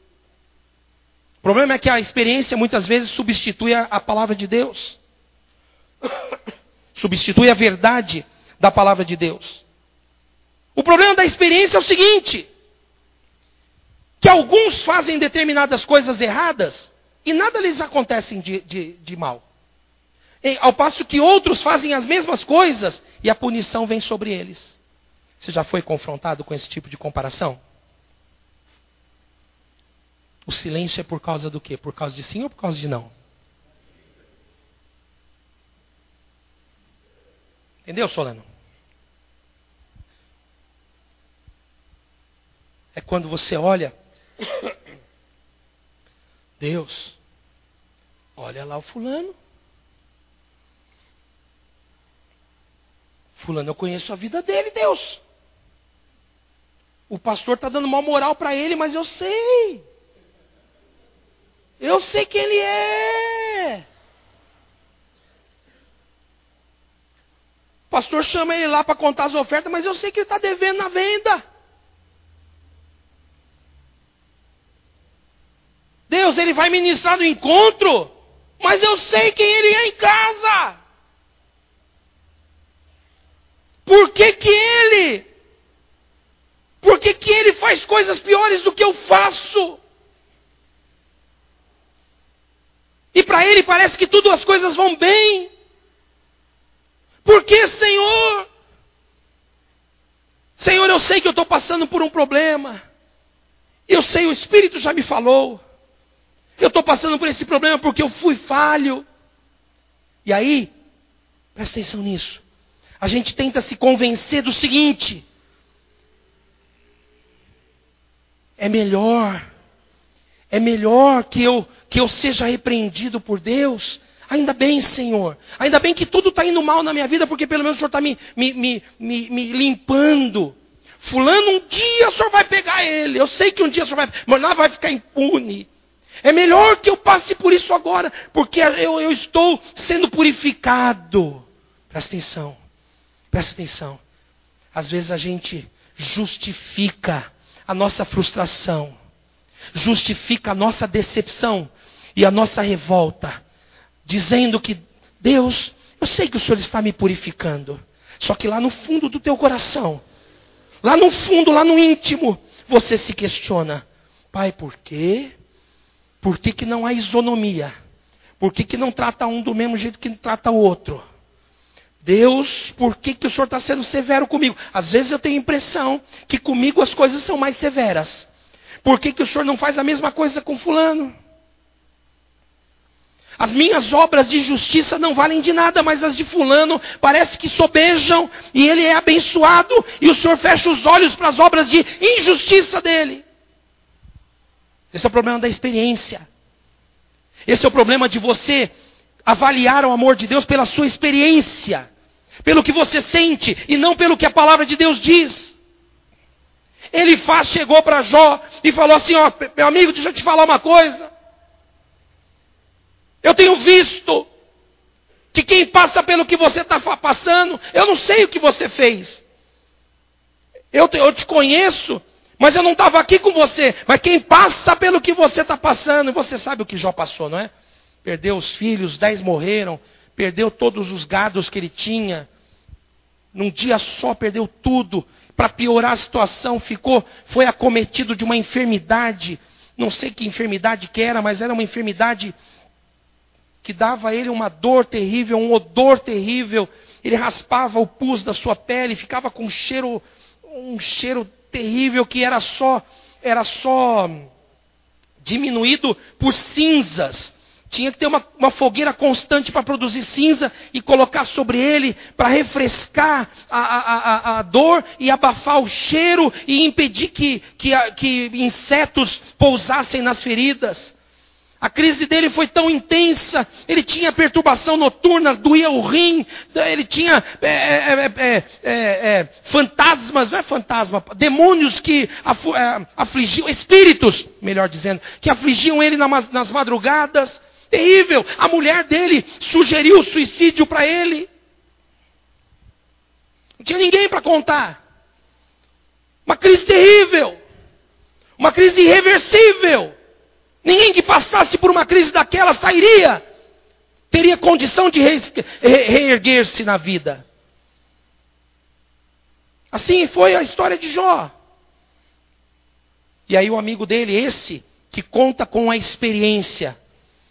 O problema é que a experiência muitas vezes substitui a, a palavra de Deus. Substitui a verdade da palavra de Deus. O problema da experiência é o seguinte. Que alguns fazem determinadas coisas erradas e nada lhes acontece de, de, de mal. E, ao passo que outros fazem as mesmas coisas e a punição vem sobre eles. Você já foi confrontado com esse tipo de comparação? O silêncio é por causa do quê? Por causa de sim ou por causa de não? Entendeu, Solano? É quando você olha, Deus, olha lá o fulano. Fulano, eu conheço a vida dele, Deus. O pastor está dando uma moral para ele, mas eu sei. Eu sei quem ele é. O pastor chama ele lá para contar as ofertas, mas eu sei que ele está devendo na venda. Deus, ele vai ministrar no encontro, mas eu sei quem ele é em casa. Por que que ele? Por que que ele faz coisas piores do que eu faço? E para ele parece que tudo as coisas vão bem. Por que, Senhor? Senhor, eu sei que eu estou passando por um problema. Eu sei, o Espírito já me falou. Eu estou passando por esse problema porque eu fui falho. E aí, presta atenção nisso. A gente tenta se convencer do seguinte: é melhor, é melhor que eu, que eu seja repreendido por Deus. Ainda bem, Senhor. Ainda bem que tudo está indo mal na minha vida, porque pelo menos o Senhor está me, me, me, me, me limpando. Fulano, um dia o Senhor vai pegar ele. Eu sei que um dia o Senhor vai, mas não vai ficar impune. É melhor que eu passe por isso agora, porque eu, eu estou sendo purificado. Presta atenção, presta atenção. Às vezes a gente justifica a nossa frustração, justifica a nossa decepção e a nossa revolta, dizendo que, Deus, eu sei que o Senhor está me purificando. Só que lá no fundo do teu coração, lá no fundo, lá no íntimo, você se questiona: Pai, por quê? Por que que não há isonomia? Por que que não trata um do mesmo jeito que trata o outro? Deus, por que que o Senhor está sendo severo comigo? Às vezes eu tenho a impressão que comigo as coisas são mais severas. Por que que o Senhor não faz a mesma coisa com fulano? As minhas obras de justiça não valem de nada, mas as de fulano parece que sobejam e ele é abençoado e o Senhor fecha os olhos para as obras de injustiça dele. Esse é o problema da experiência. Esse é o problema de você avaliar o amor de Deus pela sua experiência, pelo que você sente e não pelo que a palavra de Deus diz. Ele faz, chegou para Jó e falou assim: ó, meu amigo, deixa eu te falar uma coisa. Eu tenho visto que quem passa pelo que você está passando, eu não sei o que você fez. Eu te, eu te conheço, mas eu não estava aqui com você. Mas quem passa pelo que você está passando, você sabe o que Jó passou, não é? Perdeu os filhos, dez morreram, perdeu todos os gados que ele tinha. Num dia só perdeu tudo. Para piorar a situação, ficou, foi acometido de uma enfermidade. Não sei que enfermidade que era, mas era uma enfermidade que dava a ele uma dor terrível, um odor terrível. Ele raspava o pus da sua pele, ficava com um cheiro, um cheiro terrível que era só, era só diminuído por cinzas. Tinha que ter uma, uma fogueira constante para produzir cinza e colocar sobre ele para refrescar a, a, a, a dor e abafar o cheiro e impedir que, que, que insetos pousassem nas feridas. A crise dele foi tão intensa, ele tinha perturbação noturna, doía o rim, ele tinha é, é, é, é, é, fantasmas, não é fantasma, demônios que afu, é, afligiam, espíritos, melhor dizendo, que afligiam ele nas, nas madrugadas. Terrível. A mulher dele sugeriu o suicídio para ele. Não tinha ninguém para contar. Uma crise terrível. Uma crise irreversível. Ninguém que passasse por uma crise daquela sairia. Teria condição de re- re- reerguer-se na vida. Assim foi a história de Jó. E aí o amigo dele, esse, que conta com a experiência,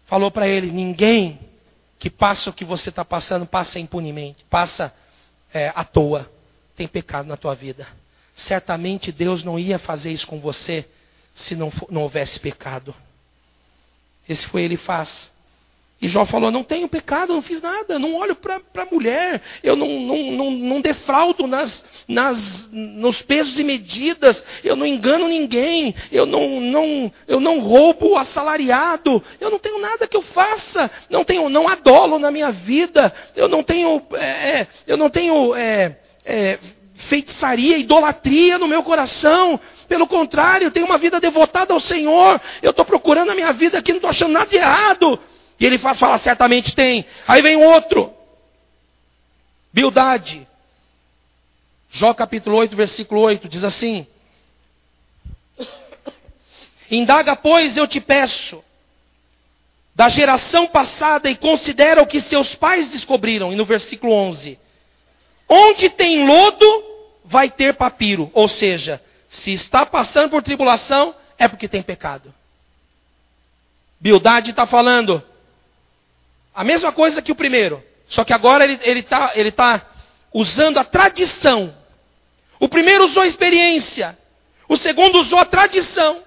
falou para ele, ninguém que passa o que você está passando, passa impunemente, passa é, à toa, tem pecado na tua vida. Certamente Deus não ia fazer isso com você se não, não houvesse pecado. Esse foi ele faz. E Jó falou, não tenho pecado, não fiz nada, não olho para a mulher, eu não, não, não, não defraudo nas, nas, nos pesos e medidas, eu não engano ninguém, eu não, não, eu não roubo o assalariado, eu não tenho nada que eu faça, não, tenho, não há dolo na minha vida, eu não tenho, é, eu não tenho é, é, feitiçaria, idolatria no meu coração. Pelo contrário, eu tenho uma vida devotada ao Senhor, eu estou procurando a minha vida aqui, não estou achando nada de errado. E ele faz falar, certamente tem. Aí vem outro. Bildade. Jó capítulo oito, versículo oito, diz assim. Indaga, pois, eu te peço, da geração passada e considera o que seus pais descobriram. E no versículo onze. Onde tem lodo, vai ter papiro. Ou seja, se está passando por tribulação, é porque tem pecado. Bildade está falando a mesma coisa que o primeiro, só que agora ele está ele tá usando a tradição. O primeiro usou a experiência, o segundo usou a tradição.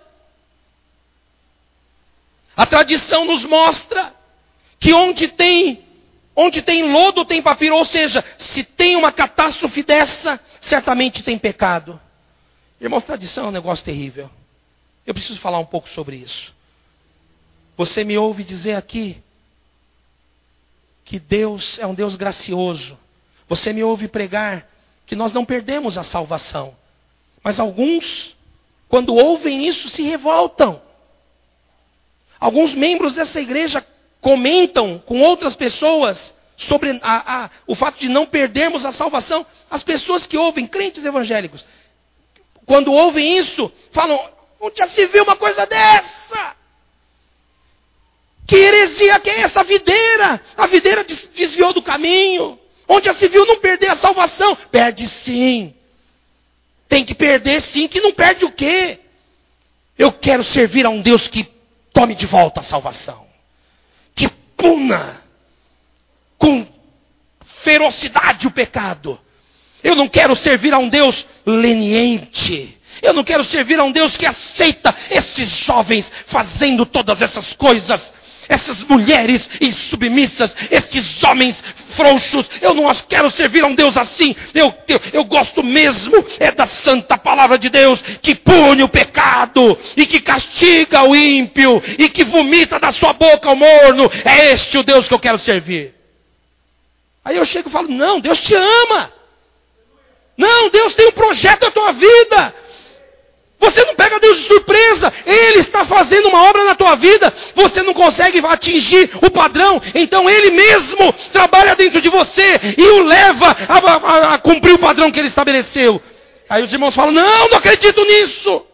A tradição nos mostra que onde tem, onde tem lodo tem papiro, ou seja, se tem uma catástrofe dessa, certamente tem pecado. Irmãos, tradição é um negócio terrível. Eu preciso falar um pouco sobre isso. Você me ouve dizer aqui que Deus é um Deus gracioso. Você me ouve pregar que nós não perdemos a salvação. Mas alguns, quando ouvem isso, se revoltam. Alguns membros dessa igreja comentam com outras pessoas sobre a, a, o fato de não perdermos a salvação. As pessoas que ouvem, crentes evangélicos, quando ouvem isso, falam, onde já se viu uma coisa dessa? Que heresia que é essa? A videira. A videira desviou do caminho. Onde já se viu não perder a salvação? Perde sim. Tem que perder sim. Que não perde o quê? Eu quero servir a um Deus que tome de volta a salvação. Que puna com ferocidade o pecado. Eu não quero servir a um Deus leniente. Eu não quero servir a um Deus que aceita esses jovens fazendo todas essas coisas. Essas mulheres insubmissas, estes homens frouxos. Eu não quero servir a um Deus assim. Eu, eu, eu gosto mesmo é da santa palavra de Deus, que pune o pecado, e que castiga o ímpio, e que vomita da sua boca o morno. É este o Deus que eu quero servir. Aí eu chego e falo, não, Deus te ama. Não, Deus tem um projeto na tua vida. Você não pega Deus de surpresa. Ele está fazendo uma obra na tua vida. Você não consegue atingir o padrão. Então Ele mesmo trabalha dentro de você e o leva a, a, a cumprir o padrão que Ele estabeleceu. Aí os irmãos falam, não, não acredito nisso.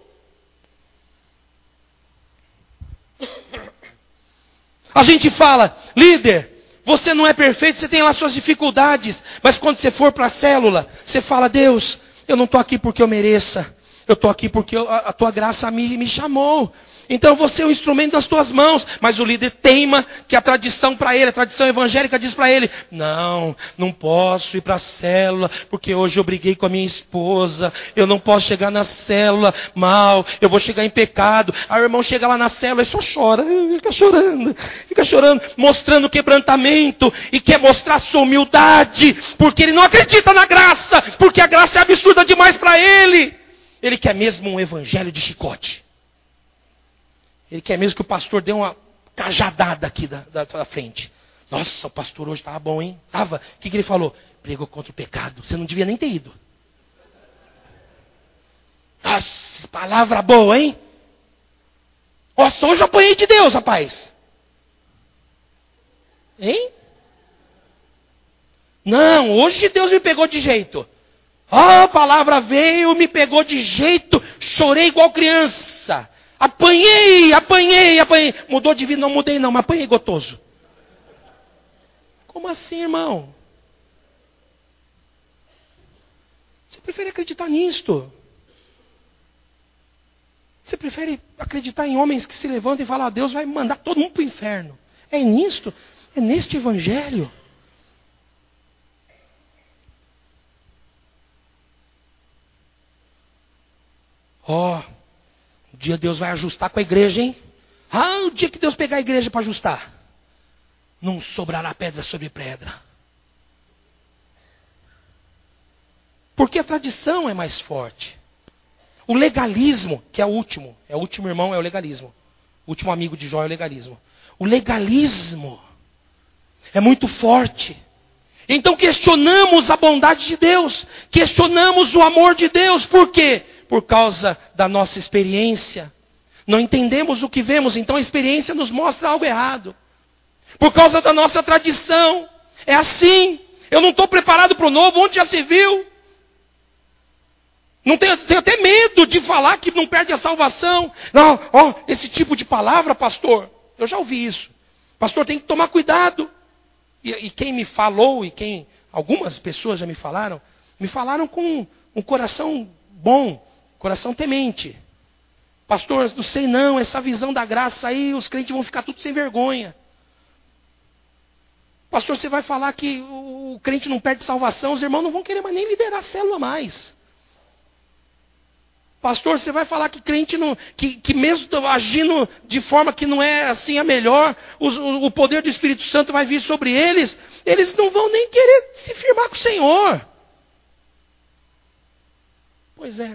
A gente fala, líder, você não é perfeito, você tem lá suas dificuldades. Mas quando você for para a célula, você fala, Deus, eu não estou aqui porque eu mereça. Eu estou aqui porque eu, a, a tua graça me, me chamou. Então você é o instrumento das tuas mãos. Mas o líder teima que a tradição para ele, a tradição evangélica diz para ele, não, não posso ir para a célula, porque hoje eu briguei com a minha esposa. Eu não posso chegar na célula mal, eu vou chegar em pecado. Aí o irmão chega lá na célula e só chora, fica chorando, fica chorando, mostrando quebrantamento, e quer mostrar sua humildade, porque ele não acredita na graça, porque a graça é absurda demais para ele. Ele quer mesmo um evangelho de chicote. Ele quer mesmo que o pastor dê uma cajadada aqui da, da, da frente. Nossa, o pastor hoje estava bom, hein? Tava. O que, que ele falou? Pregou contra o pecado. Você não devia nem ter ido. Nossa, palavra boa, hein? Nossa, hoje eu apanhei de Deus, rapaz. Hein? Não, hoje Deus me pegou de jeito. Ah, a palavra veio, me pegou de jeito, chorei igual criança. Apanhei, apanhei, apanhei. Mudou de vida? Não mudei não, mas apanhei gotoso. Como assim, irmão? Você prefere acreditar nisto? Você prefere acreditar em homens que se levantam e falam, ah, Deus vai mandar todo mundo para o inferno. É nisto, é neste evangelho. Ó, oh, um dia Deus vai ajustar com a igreja, hein? Ah, o dia que Deus pegar a igreja para ajustar, não sobrará pedra sobre pedra. Porque a tradição é mais forte. O legalismo, que é o último, é o último irmão, é o legalismo. O último amigo de Jó é o legalismo. O legalismo é muito forte. Então questionamos a bondade de Deus, questionamos o amor de Deus. Por quê? Por causa da nossa experiência. Não entendemos o que vemos, então a experiência nos mostra algo errado. Por causa da nossa tradição. É assim. Eu não estou preparado para o novo, onde já se viu. Não tenho, tenho até medo de falar que não perde a salvação. Não, ó, esse tipo de palavra, pastor, eu já ouvi isso. Pastor, tem que tomar cuidado. E, e quem me falou, e quem algumas pessoas já me falaram, me falaram com um coração bom, coração temente. Pastor, não sei não, essa visão da graça aí, os crentes vão ficar tudo sem vergonha. Pastor, você vai falar que o crente não perde salvação, os irmãos não vão querer mais nem liderar a célula mais. Pastor, você vai falar que crente não, que, que mesmo agindo de forma que não é assim a melhor, os, o, o poder do Espírito Santo vai vir sobre eles, eles não vão nem querer se firmar com o Senhor. Pois é.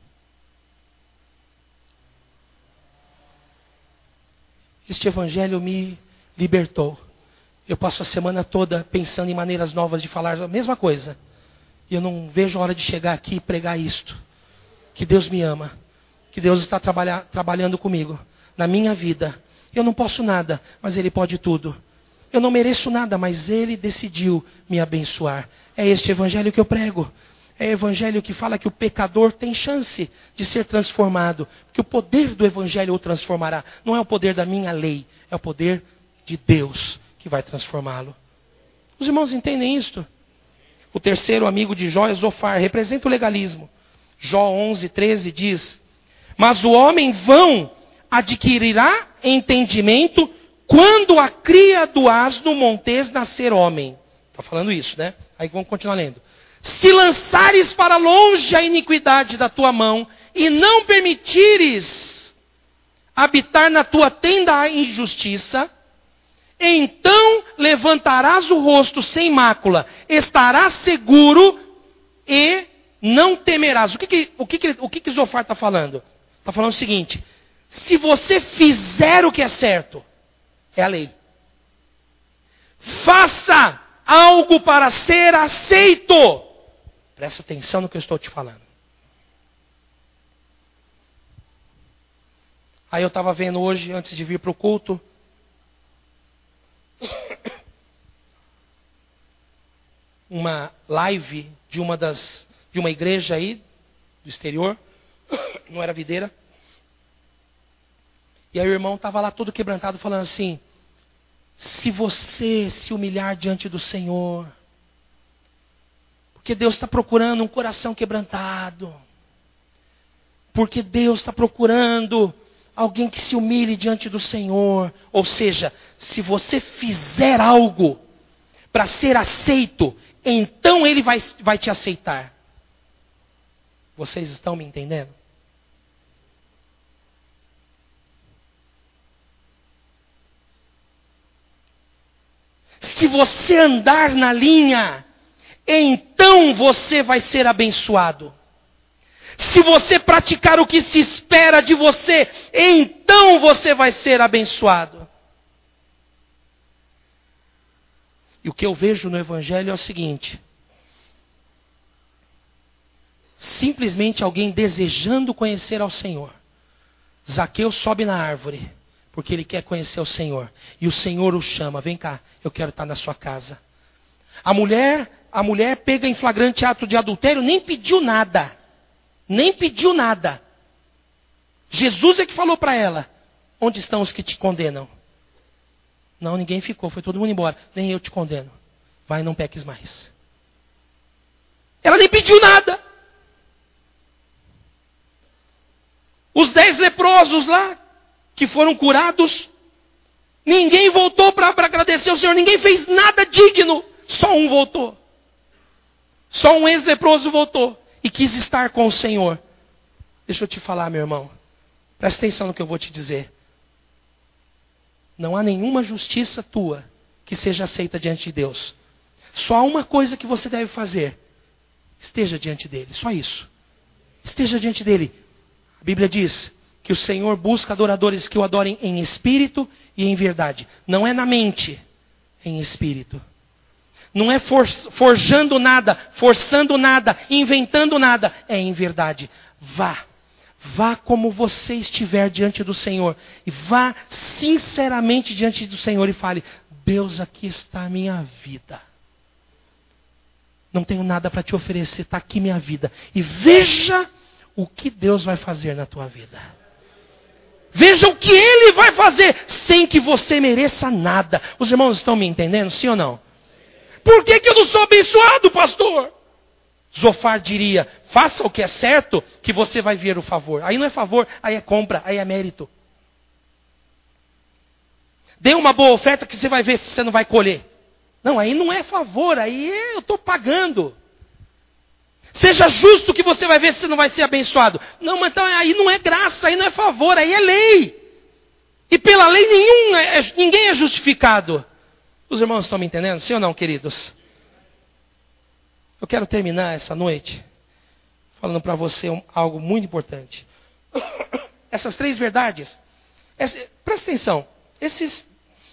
Este evangelho me libertou. Eu passo a semana toda pensando em maneiras novas de falar a mesma coisa. E eu não vejo a hora de chegar aqui e pregar isto. Que Deus me ama. Que Deus está trabalha, trabalhando comigo. Na minha vida. Eu não posso nada, mas Ele pode tudo. Eu não mereço nada, mas Ele decidiu me abençoar. É este evangelho que eu prego. É o evangelho que fala que o pecador tem chance de ser transformado. Que o poder do evangelho o transformará. Não é o poder da minha lei. É o poder de Deus que vai transformá-lo. Os irmãos entendem isto? O terceiro amigo de Jó é Zofar. Representa o legalismo. Jó onze, treze diz: mas o homem vão adquirirá entendimento quando a cria do asno montês nascer homem. Está falando isso, né? Aí vamos continuar lendo. Se lançares para longe a iniquidade da tua mão e não permitires habitar na tua tenda a injustiça, então levantarás o rosto sem mácula, estarás seguro e não temerás. O que que, o que, que, o que, que Zofar está falando? Está falando o seguinte: se você fizer o que é certo, é a lei. Faça algo para ser aceito. Presta atenção no que eu estou te falando. Aí eu estava vendo hoje, antes de vir para o culto, uma live de uma das de uma igreja aí do exterior, não era videira. E aí o irmão estava lá todo quebrantado falando assim: se você se humilhar diante do Senhor, porque Deus está procurando um coração quebrantado, porque Deus está procurando alguém que se humilhe diante do Senhor. Ou seja, se você fizer algo para ser aceito, então Ele vai, vai te aceitar. Vocês estão me entendendo? Se você andar na linha, então você vai ser abençoado. Se você praticar o que se espera de você, então você vai ser abençoado. E o que eu vejo no Evangelho é o seguinte: simplesmente alguém desejando conhecer ao Senhor. Zaqueu sobe na árvore, porque ele quer conhecer o Senhor. E o Senhor o chama: vem cá, eu quero estar na sua casa. A mulher, a mulher pega em flagrante ato de adultério, nem pediu nada. Nem pediu nada. Jesus é que falou para ela: onde estão os que te condenam? Não, ninguém ficou, foi todo mundo embora. Nem eu te condeno. Vai, não peques mais. Ela nem pediu nada. Os dez leprosos lá, que foram curados, Ninguém voltou para agradecer ao Senhor. Ninguém fez nada digno. Só um voltou. Só um ex-leproso voltou. E quis estar com o Senhor. Deixa eu te falar, meu irmão. Presta atenção no que eu vou te dizer. Não há nenhuma justiça tua que seja aceita diante de Deus. Só há uma coisa que você deve fazer. Esteja diante dele. Só isso. Esteja diante dele. A Bíblia diz que o Senhor busca adoradores que o adorem em espírito e em verdade. Não é na mente, é em espírito. Não é for, forjando nada, forçando nada, inventando nada. É em verdade. Vá. Vá como você estiver diante do Senhor. E vá sinceramente diante do Senhor e fale: Deus, aqui está a minha vida. Não tenho nada para te oferecer, está aqui minha vida. E veja o que Deus vai fazer na tua vida. Veja o que Ele vai fazer, sem que você mereça nada. Os irmãos estão me entendendo, sim ou não? Por que que eu não sou abençoado, pastor? Zofar diria: faça o que é certo, que você vai ver o favor. Aí não é favor, aí é compra, aí é mérito. Dê uma boa oferta que você vai ver se você não vai colher. Não, aí não é favor, aí eu estou pagando. Seja justo que você vai ver se você não vai ser abençoado. Não, mas então aí não é graça, aí não é favor, aí é lei. E pela lei nenhum é, ninguém é justificado. Os irmãos estão me entendendo? Sim ou não, queridos? Eu quero terminar essa noite falando para você um, algo muito importante. Essas três verdades, essa, presta atenção, esses,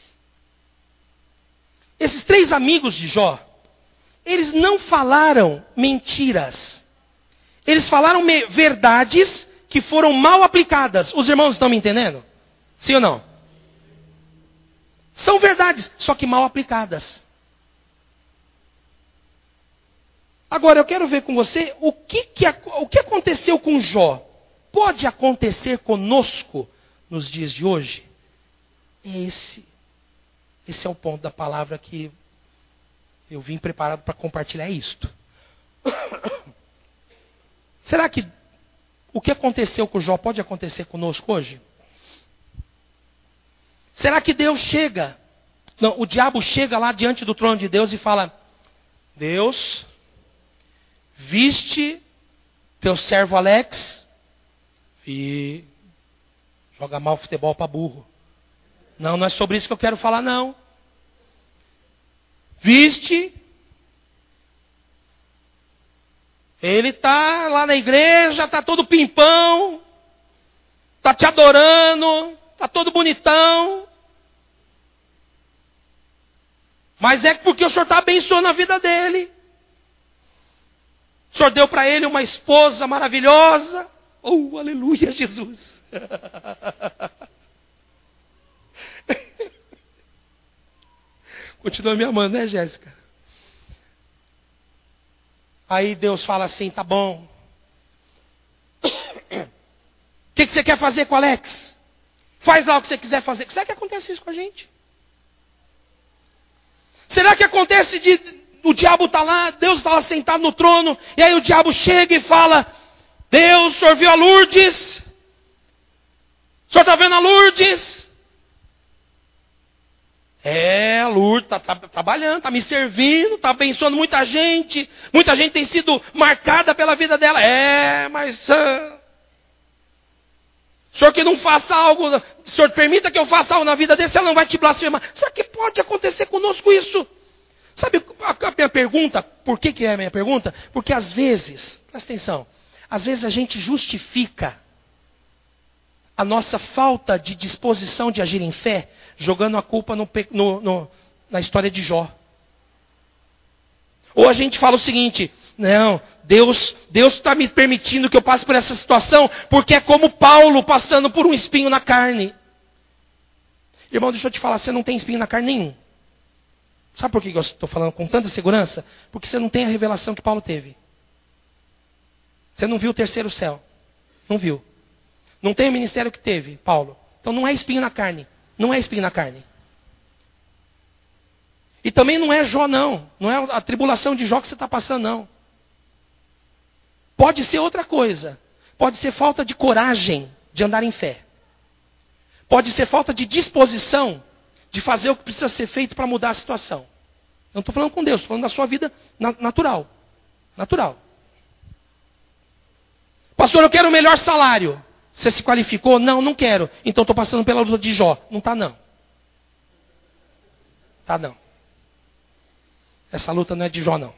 esses três amigos de Jó, eles não falaram mentiras. Eles falaram me- verdades que foram mal aplicadas. Os irmãos estão me entendendo? Sim ou não? São verdades, só que mal aplicadas. Agora eu quero ver com você o que, que, o que aconteceu com Jó. Pode acontecer conosco nos dias de hoje? Esse, esse é o ponto da palavra que eu vim preparado para compartilhar isto. Será que o que aconteceu com Jó pode acontecer conosco hoje? Será que Deus chega, não, o diabo chega lá diante do trono de Deus e fala: Deus, viste teu servo Alex e joga mal futebol para burro. Não, não é sobre isso que eu quero falar, não. Viste, ele está lá na igreja, está todo pimpão, está te adorando, está todo bonitão. Mas é porque o Senhor está abençoando a vida dele. O Senhor deu para ele uma esposa maravilhosa. Oh, aleluia, Jesus. Continua me amando, né, Jéssica? Aí Deus fala assim: tá bom. O que, que você quer fazer com o Alex? Faz lá o que você quiser fazer. Será que acontece isso com a gente? Será que acontece de o diabo está lá, Deus está lá sentado no trono, e aí o diabo chega e fala: Deus, o Senhor viu a Lourdes? O Senhor está vendo a Lourdes? É, a Lourdes está tá, trabalhando, está me servindo, está abençoando muita gente. Muita gente tem sido marcada pela vida dela. É, mas... Uh, o Senhor que não faça algo, o Senhor permita que eu faça algo na vida dele, ela não vai te blasfemar. Será que pode acontecer conosco isso? Sabe a, a minha pergunta? Por que, que é a minha pergunta? Porque às vezes, presta atenção, às vezes a gente justifica a nossa falta de disposição de agir em fé, jogando a culpa no, no, no, na história de Jó. Ou a gente fala o seguinte: não, Deus Deus está me permitindo que eu passe por essa situação, porque é como Paulo passando por um espinho na carne. Irmão, deixa eu te falar, você não tem espinho na carne nenhum. Sabe por que eu estou falando com tanta segurança? Porque você não tem a revelação que Paulo teve. Você não viu o terceiro céu. Não viu. Não tem o ministério que teve, Paulo. Então não é espinho na carne. Não é espinho na carne. E também não é Jó, não. Não é a tribulação de Jó que você está passando, não. Pode ser outra coisa. Pode ser falta de coragem de andar em fé. Pode ser falta de disposição de fazer o que precisa ser feito para mudar a situação. Eu não estou falando com Deus, estou falando da sua vida natural. Natural. Pastor, eu quero o melhor salário. Você se qualificou? Não, não quero. Então estou passando pela luta de Jó. Não está não. Tá não. Essa luta não é de Jó não.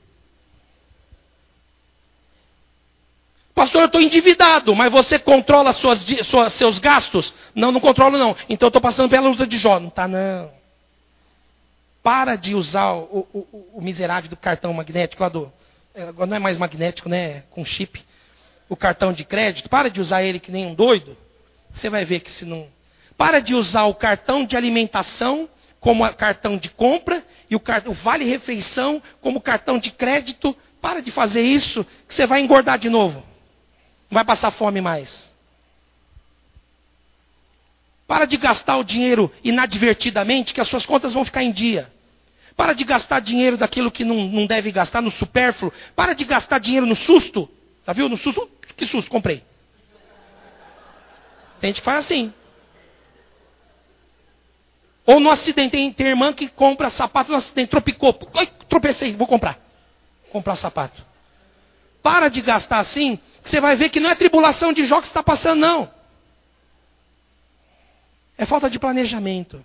Pastor, eu estou endividado, mas você controla suas, suas, seus gastos? Não, não controlo não. Então eu estou passando pela luta de Jó. Não está não. Para de usar o, o, o miserável do cartão magnético lá do... Agora não é mais magnético, né? Com chip. O cartão de crédito. Para de usar ele que nem um doido. Você vai ver que se não... Para de usar o cartão de alimentação como cartão de compra e o, cartão, o vale-refeição como cartão de crédito. Para de fazer isso que você vai engordar de novo. Não vai passar fome mais. Para de gastar o dinheiro inadvertidamente, que as suas contas vão ficar em dia. Para de gastar dinheiro daquilo que não, não deve gastar, no supérfluo. Para de gastar dinheiro no susto. Já viu? No susto? Que susto? Comprei. Tem gente que faz assim. Ou no acidente. Tem, tem irmã que compra sapato no acidente. Tropicou. Ai, tropecei. Vou comprar. Vou comprar sapato. Para de gastar assim, que você vai ver que não é tribulação de Jó que você está passando, não. É falta de planejamento.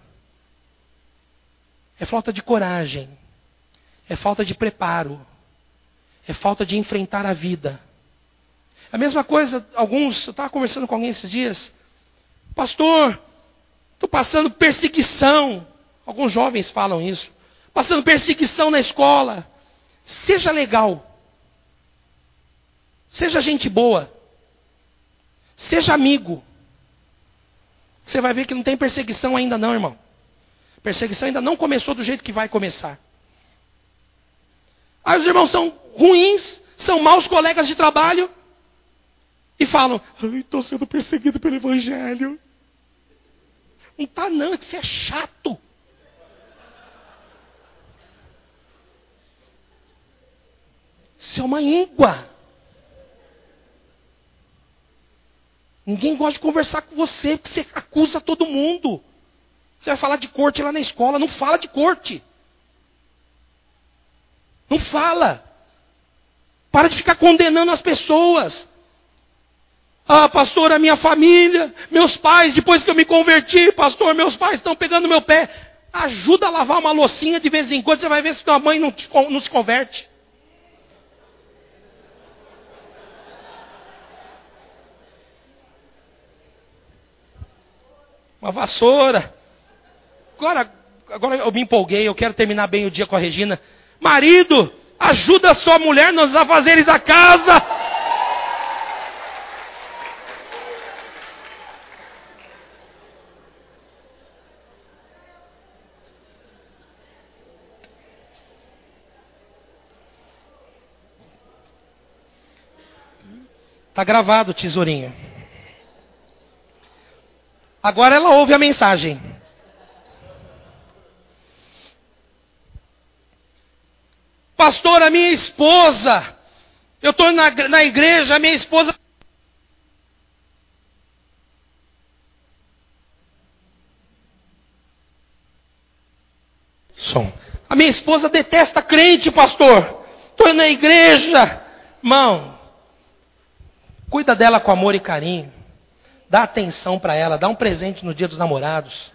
É falta de coragem. É falta de preparo. É falta de enfrentar a vida. A mesma coisa, alguns, eu estava conversando com alguém esses dias. Pastor, estou passando perseguição. Alguns jovens falam isso. Passando perseguição na escola. Seja legal. Seja gente boa. Seja amigo. Você vai ver que não tem perseguição ainda não, irmão. Perseguição ainda não começou do jeito que vai começar. Aí os irmãos são ruins, são maus colegas de trabalho e falam, ai, estou sendo perseguido pelo evangelho. Não está não, é que você é chato. Você é uma íngua. Ninguém gosta de conversar com você, porque você acusa todo mundo. Você vai falar de corte lá na escola, não fala de corte. Não fala. Para de ficar condenando as pessoas. Ah, pastor, a minha família, meus pais, depois que eu me converti, pastor, meus pais estão pegando meu pé. Ajuda a lavar uma loucinha de vez em quando, você vai ver se tua mãe não, te, não se converte. Uma vassoura. Agora, agora eu me empolguei, eu quero terminar bem o dia com a Regina. Marido, ajuda a sua mulher nos afazeres da casa. Está gravado, tesourinho. Agora ela ouve a mensagem. Pastor, a minha esposa, eu estou na, na igreja, a minha esposa... Som. A minha esposa detesta crente, pastor. Estou na igreja. Irmão, cuida dela com amor e carinho. Dá atenção para ela, dá um presente no dia dos namorados.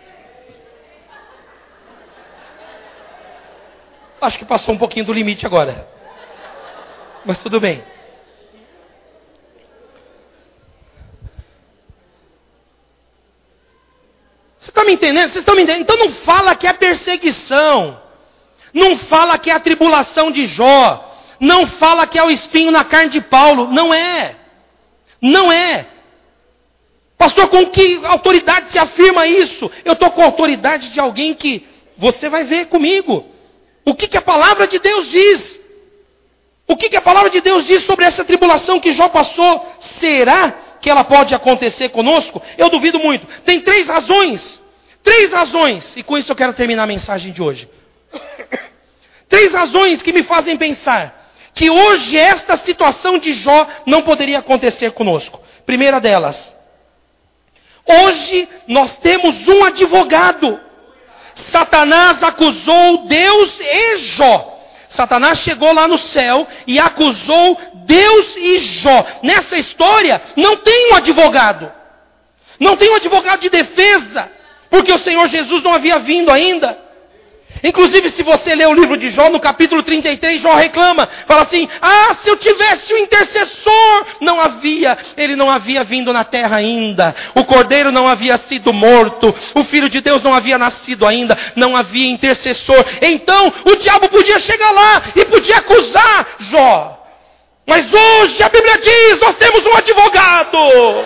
Acho que passou um pouquinho do limite agora. Mas tudo bem. Você está me entendendo? Vocês estão me entendendo? Então não fala que é perseguição. Não fala que é a tribulação de Jó. Não fala que é o espinho na carne de Paulo. Não é. Não é. Pastor, com que autoridade se afirma isso? Eu estou com a autoridade de alguém que você vai ver comigo. O que, que a palavra de Deus diz? O que, que a palavra de Deus diz sobre essa tribulação que Jó passou? Será que ela pode acontecer conosco? Eu duvido muito. Tem três razões. Três razões. E com isso eu quero terminar a mensagem de hoje. Três razões que me fazem pensar que hoje esta situação de Jó não poderia acontecer conosco. Primeira delas. Hoje nós temos um advogado. Satanás acusou Deus e Jó. Satanás chegou lá no céu e acusou Deus e Jó. Nessa história não tem um advogado. Não tem um advogado de defesa. Porque o Senhor Jesus não havia vindo ainda. Inclusive, se você ler o livro de Jó, no capítulo trinta e três, Jó reclama. Fala assim, ah, se eu tivesse um intercessor. Não havia, ele não havia vindo na terra ainda. O cordeiro não havia sido morto. O Filho de Deus não havia nascido ainda. Não havia intercessor. Então, o diabo podia chegar lá e podia acusar Jó. Mas hoje, a Bíblia diz, nós temos um advogado.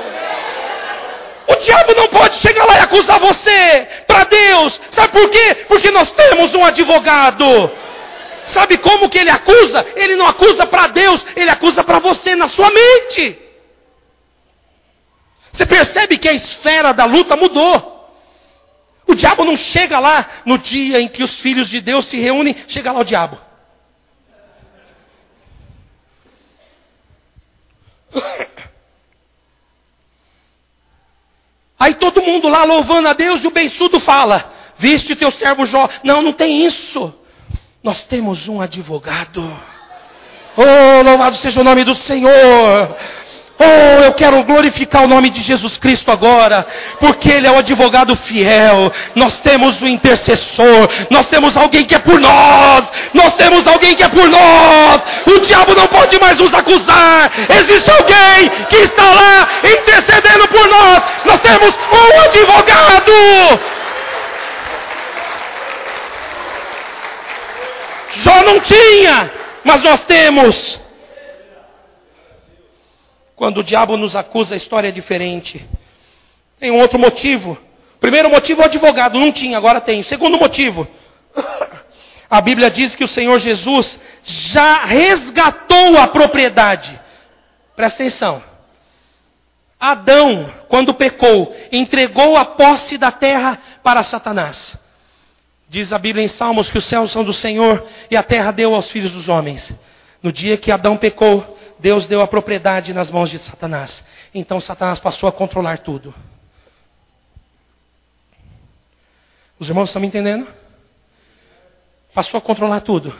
O diabo não pode chegar lá e acusar você para Deus. Sabe por quê? Porque nós temos um advogado. Sabe como que ele acusa? Ele não acusa para Deus, ele acusa para você na sua mente. Você percebe que a esfera da luta mudou. O diabo não chega lá no dia em que os filhos de Deus se reúnem, chega lá o diabo. Aí todo mundo lá louvando a Deus e o beiçudo fala, viste teu servo Jó. Não, não tem isso. Nós temos um advogado. Oh, louvado seja o nome do Senhor. Oh, eu quero glorificar o nome de Jesus Cristo agora, porque Ele é o advogado fiel. Nós temos o intercessor, nós temos alguém que é por nós, nós temos alguém que é por nós. O diabo não pode mais nos acusar. Existe alguém que está lá intercedendo por nós. Nós temos um advogado. Jó não tinha, mas nós temos. Quando o diabo nos acusa, a história é diferente. Tem um outro motivo. Primeiro motivo, o advogado não tinha, agora tem. Segundo motivo, a Bíblia diz que o Senhor Jesus já resgatou a propriedade. Presta atenção. Adão, quando pecou, entregou a posse da terra para Satanás. Diz a Bíblia em Salmos que os céus são do Senhor e a terra deu aos filhos dos homens. No dia que Adão pecou, Deus deu a propriedade nas mãos de Satanás. Então Satanás passou a controlar tudo. Os irmãos estão me entendendo? Passou a controlar tudo.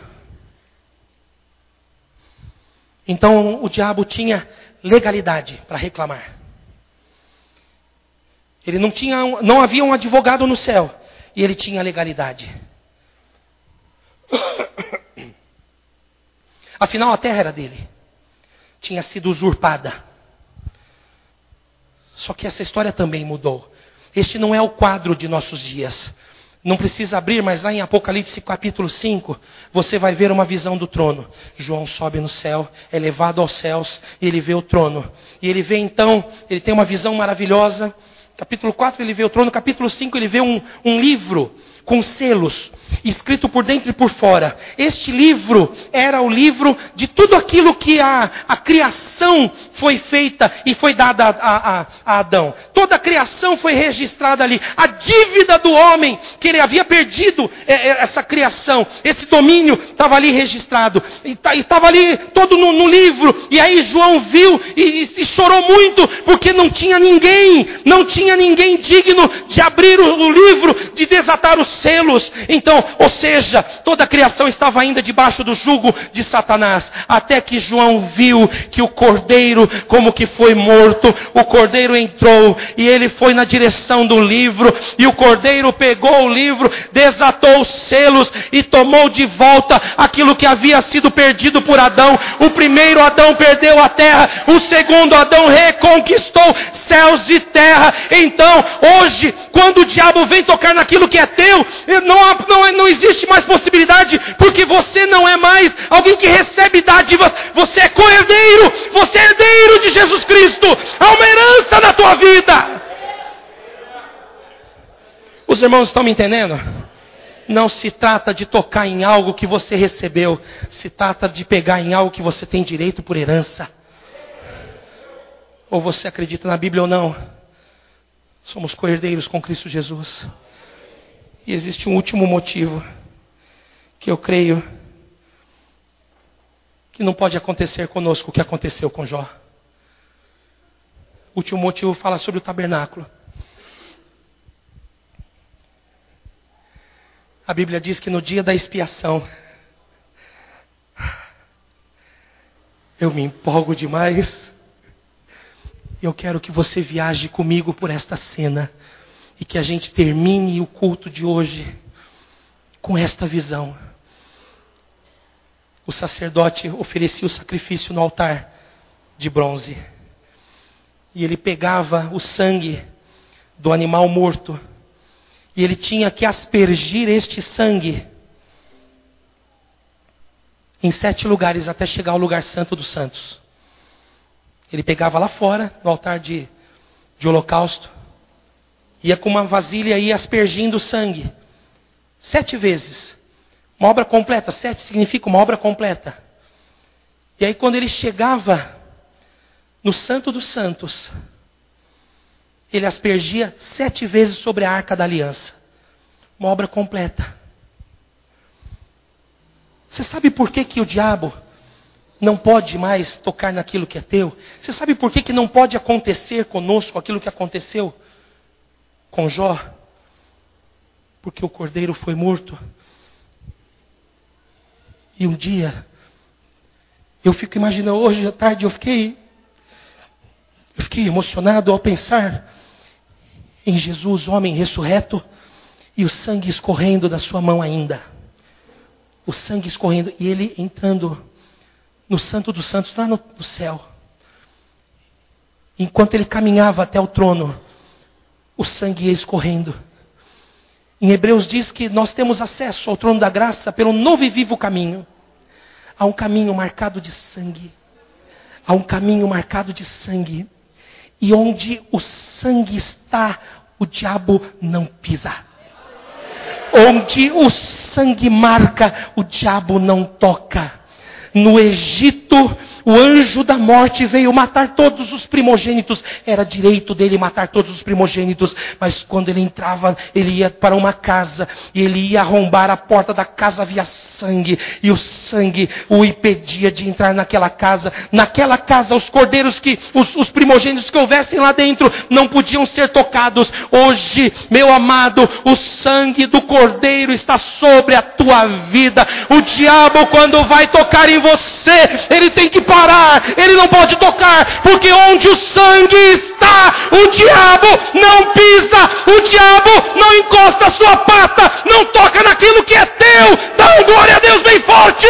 Então o diabo tinha legalidade para reclamar. Ele não tinha, não havia um advogado no céu. E ele tinha legalidade. Afinal, a terra era dele. Tinha sido usurpada. Só que essa história também mudou. Este não é o quadro de nossos dias. Não precisa abrir, mas lá em Apocalipse capítulo cinco, você vai ver uma visão do trono. João sobe no céu, é levado aos céus, e ele vê o trono. E ele vê então, ele tem uma visão maravilhosa. Capítulo quatro ele vê o trono, capítulo cinco ele vê um, um livro com selos, escrito por dentro e por fora. Este livro era o livro de tudo aquilo que a, a criação foi feita e foi dada a, a, a Adão. Toda a criação foi registrada ali. A dívida do homem, que ele havia perdido é, é, essa criação, esse domínio estava ali registrado. E estava ali todo no, no livro. E aí João viu e, e, e chorou muito, porque não tinha ninguém, não tinha ninguém digno de abrir o, o livro, de desatar os selos. Então, ou seja, toda a criação estava ainda debaixo do jugo de Satanás, até que João viu que o cordeiro, como que foi morto, o cordeiro entrou e ele foi na direção do livro, e o cordeiro pegou o livro, desatou os selos e tomou de volta aquilo que havia sido perdido por Adão. O primeiro Adão perdeu a terra, o segundo Adão reconquistou céus e terra. Então, hoje, quando o diabo vem tocar naquilo que é teu, Não, não, não existe mais possibilidade, porque você não é mais alguém que recebe dádivas, você é co-herdeiro, você é herdeiro de Jesus Cristo, há uma herança na tua vida. Os irmãos estão me entendendo? Não se trata de tocar em algo que você recebeu, se trata de pegar em algo que você tem direito por herança. Ou você acredita na Bíblia ou não, somos co-herdeiros com Cristo Jesus. E existe um último motivo, que eu creio que não pode acontecer conosco o que aconteceu com Jó. O último motivo fala sobre o tabernáculo. A Bíblia diz que no dia da expiação, eu me empolgo demais. Eu quero que você viaje comigo por esta cena e que a gente termine o culto de hoje com esta visão. O sacerdote oferecia o sacrifício no altar de bronze. E ele pegava o sangue do animal morto. E ele tinha que aspergir este sangue em sete lugares até chegar ao lugar santo dos santos. Ele pegava lá fora, no altar de, de holocausto. Ia com uma vasilha e ia aspergindo o sangue. Sete vezes. Uma obra completa. Sete significa uma obra completa. E aí quando ele chegava no Santo dos Santos, ele aspergia sete vezes sobre a Arca da Aliança. Uma obra completa. Você sabe por que, que o diabo não pode mais tocar naquilo que é teu? Você sabe por que, que não pode acontecer conosco aquilo que aconteceu com Jó? Porque o cordeiro foi morto. E um dia, eu fico imaginando, hoje à tarde eu fiquei, eu fiquei emocionado ao pensar em Jesus, homem ressurreto, e o sangue escorrendo da sua mão ainda. O sangue escorrendo, e ele entrando no Santo dos Santos, lá no, no céu. Enquanto ele caminhava até o trono, o sangue ia escorrendo. Em Hebreus diz que nós temos acesso ao trono da graça pelo novo e vivo caminho. Há um caminho marcado de sangue. Há um caminho marcado de sangue. E onde o sangue está, o diabo não pisa. Onde o sangue marca, o diabo não toca. No Egito, o anjo da morte veio matar todos os primogênitos. Era direito dele matar todos os primogênitos. Mas quando ele entrava, ele ia para uma casa. E ele ia arrombar a porta da casa, havia sangue. E o sangue o impedia de entrar naquela casa. Naquela casa, os cordeiros, que os, os primogênitos que houvessem lá dentro, não podiam ser tocados. Hoje, meu amado, o sangue do cordeiro está sobre a tua vida. O diabo, quando vai tocar em você, ele tem que parar, ele não pode tocar, porque onde o sangue está, o diabo não pisa, o diabo não encosta a sua pata, não toca naquilo que é teu. Dá um glória a Deus bem forte.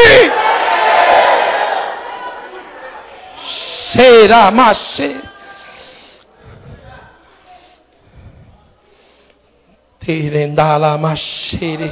Será mache terendala machere.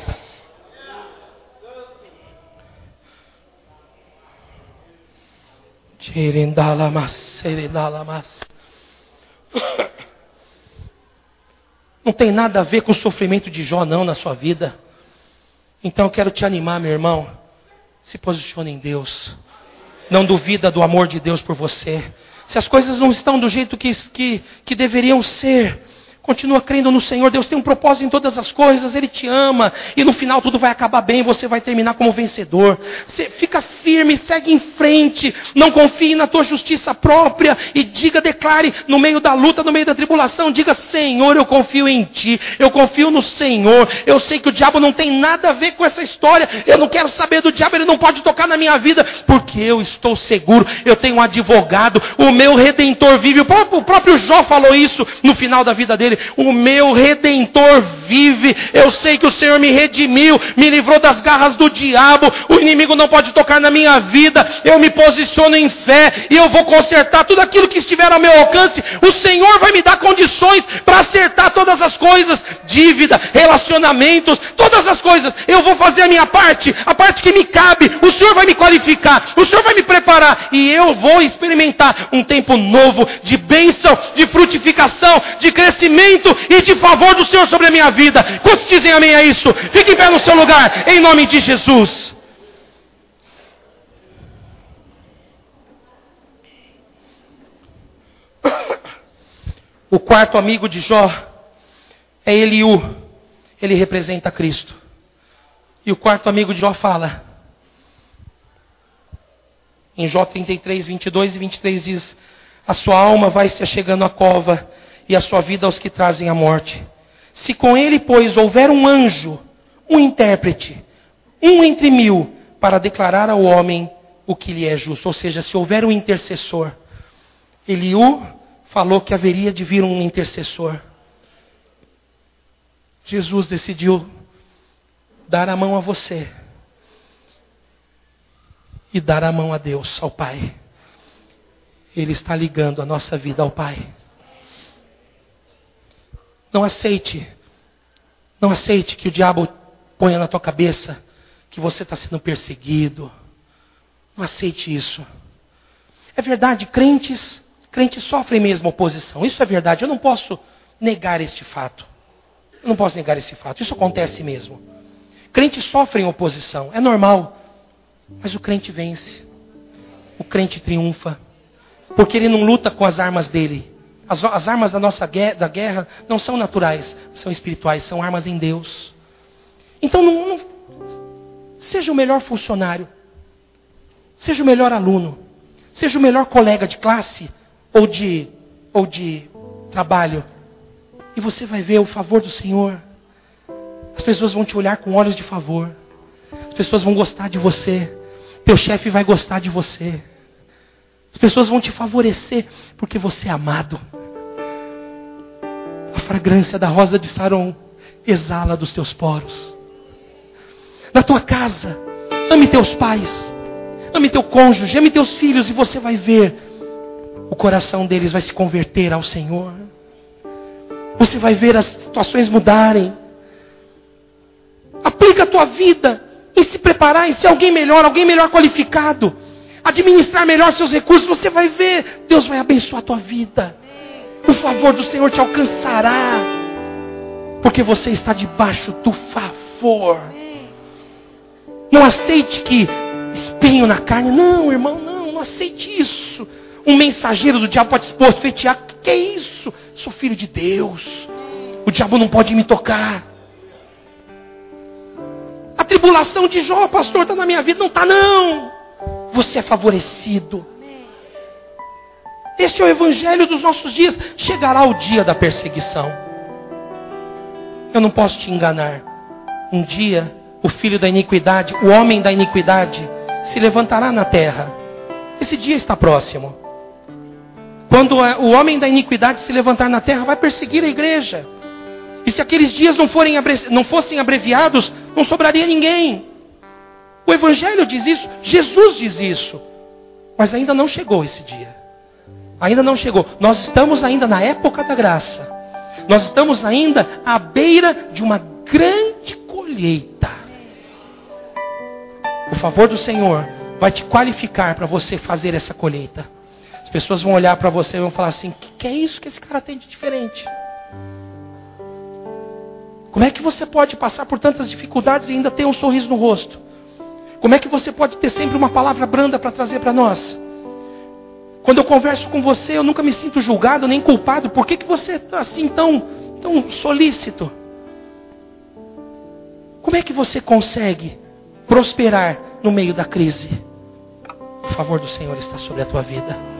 Não tem nada a ver com o sofrimento de Jó não na sua vida. Então eu quero te animar, meu irmão. Se posicione em Deus. Não duvida do amor de Deus por você. Se as coisas não estão do jeito que, que, que deveriam ser, continua crendo no Senhor. Deus tem um propósito em todas as coisas. Ele te ama. E no final tudo vai acabar bem. Você vai terminar como vencedor. Você fica firme, segue em frente. Não confie na tua justiça própria. E diga, declare no meio da luta, no meio da tribulação. Diga, Senhor, eu confio em Ti. Eu confio no Senhor. Eu sei que o diabo não tem nada a ver com essa história. Eu não quero saber do diabo. Ele não pode tocar na minha vida. Porque eu estou seguro. Eu tenho um advogado. O meu Redentor vive. O próprio, o próprio Jó falou isso no final da vida dele. O meu Redentor vive. Eu sei que o Senhor me redimiu, me livrou das garras do diabo. O inimigo não pode tocar na minha vida. Eu me posiciono em fé e eu vou consertar tudo aquilo que estiver ao meu alcance. O Senhor vai me dar condições para acertar todas as coisas. Dívida, relacionamentos, todas as coisas. Eu vou fazer a minha parte, a parte que me cabe. O Senhor vai me qualificar, o Senhor vai me preparar e eu vou experimentar um tempo novo de bênção, de frutificação, de crescimento e de favor do Senhor sobre a minha vida. Quantos dizem amém a isso? Fique em pé no seu lugar, em nome de Jesus. O quarto amigo de Jó é Eliú. Ele representa Cristo. E o quarto amigo de Jó fala, em Jó trinta e três, vinte e dois e vinte e três diz: a sua alma vai se achegando à cova, e a sua vida aos que trazem a morte. Se com ele, pois, houver um anjo, um intérprete, um entre mil, para declarar ao homem o que lhe é justo. Ou seja, se houver um intercessor, Eliú falou que haveria de vir um intercessor. Jesus decidiu dar a mão a você e dar a mão a Deus, ao Pai. Ele está ligando a nossa vida ao Pai. Não aceite, não aceite que o diabo ponha na tua cabeça que você está sendo perseguido. Não aceite isso. É verdade, crentes, crentes sofrem mesmo oposição. Isso é verdade, eu não posso negar este fato. Eu não posso negar esse fato, isso acontece mesmo. Crentes sofrem oposição, é normal. Mas o crente vence. O crente triunfa. Porque ele não luta com as armas dele. As, as armas da nossa guerra, da guerra não são naturais, são espirituais, são armas em Deus. Então não, não, seja o melhor funcionário. Seja o melhor aluno. Seja o melhor colega de classe ou de, ou de trabalho. E você vai ver o favor do Senhor. As pessoas vão te olhar com olhos de favor. As pessoas vão gostar de você. Teu chefe vai gostar de você. As pessoas vão te favorecer porque você é amado. A fragrância da rosa de Saron exala dos teus poros. Na tua casa, ame teus pais. Ame teu cônjuge, ame teus filhos e você vai ver. O coração deles vai se converter ao Senhor. Você vai ver as situações mudarem. Aplica a tua vida em se preparar, em ser alguém melhor, alguém melhor qualificado. Administrar melhor seus recursos. Você vai ver, Deus vai abençoar a tua vida. O favor do Senhor te alcançará. Porque você está debaixo do favor. Não aceite que espinho na carne. Não, irmão, não, não aceite isso. Um mensageiro do diabo pode se porfetear. O que é isso? Sou filho de Deus. O diabo não pode me tocar. A tribulação de Jó, pastor, está na minha vida. Não está, não. Você é favorecido. Este é o evangelho dos nossos dias. Chegará o dia da perseguição. Eu não posso te enganar. Um dia, o filho da iniquidade, o homem da iniquidade, se levantará na terra. Esse dia está próximo. Quando o homem da iniquidade se levantar na terra, vai perseguir a igreja. E se aqueles dias não, forem, não fossem abreviados, não sobraria ninguém. O Evangelho diz isso, Jesus diz isso. Mas ainda não chegou esse dia. Ainda não chegou. Nós estamos ainda na época da graça. Nós estamos ainda à beira de uma grande colheita. O favor do Senhor vai te qualificar para você fazer essa colheita. As pessoas vão olhar para você e vão falar assim: que, que é isso que esse cara tem de diferente? Como é que você pode passar por tantas dificuldades e ainda ter um sorriso no rosto? Como é que você pode ter sempre uma palavra branda para trazer para nós? Quando eu converso com você, eu nunca me sinto julgado nem culpado. Por que, que você está assim tão, tão solícito? Como é que você consegue prosperar no meio da crise? O favor do Senhor está sobre a tua vida.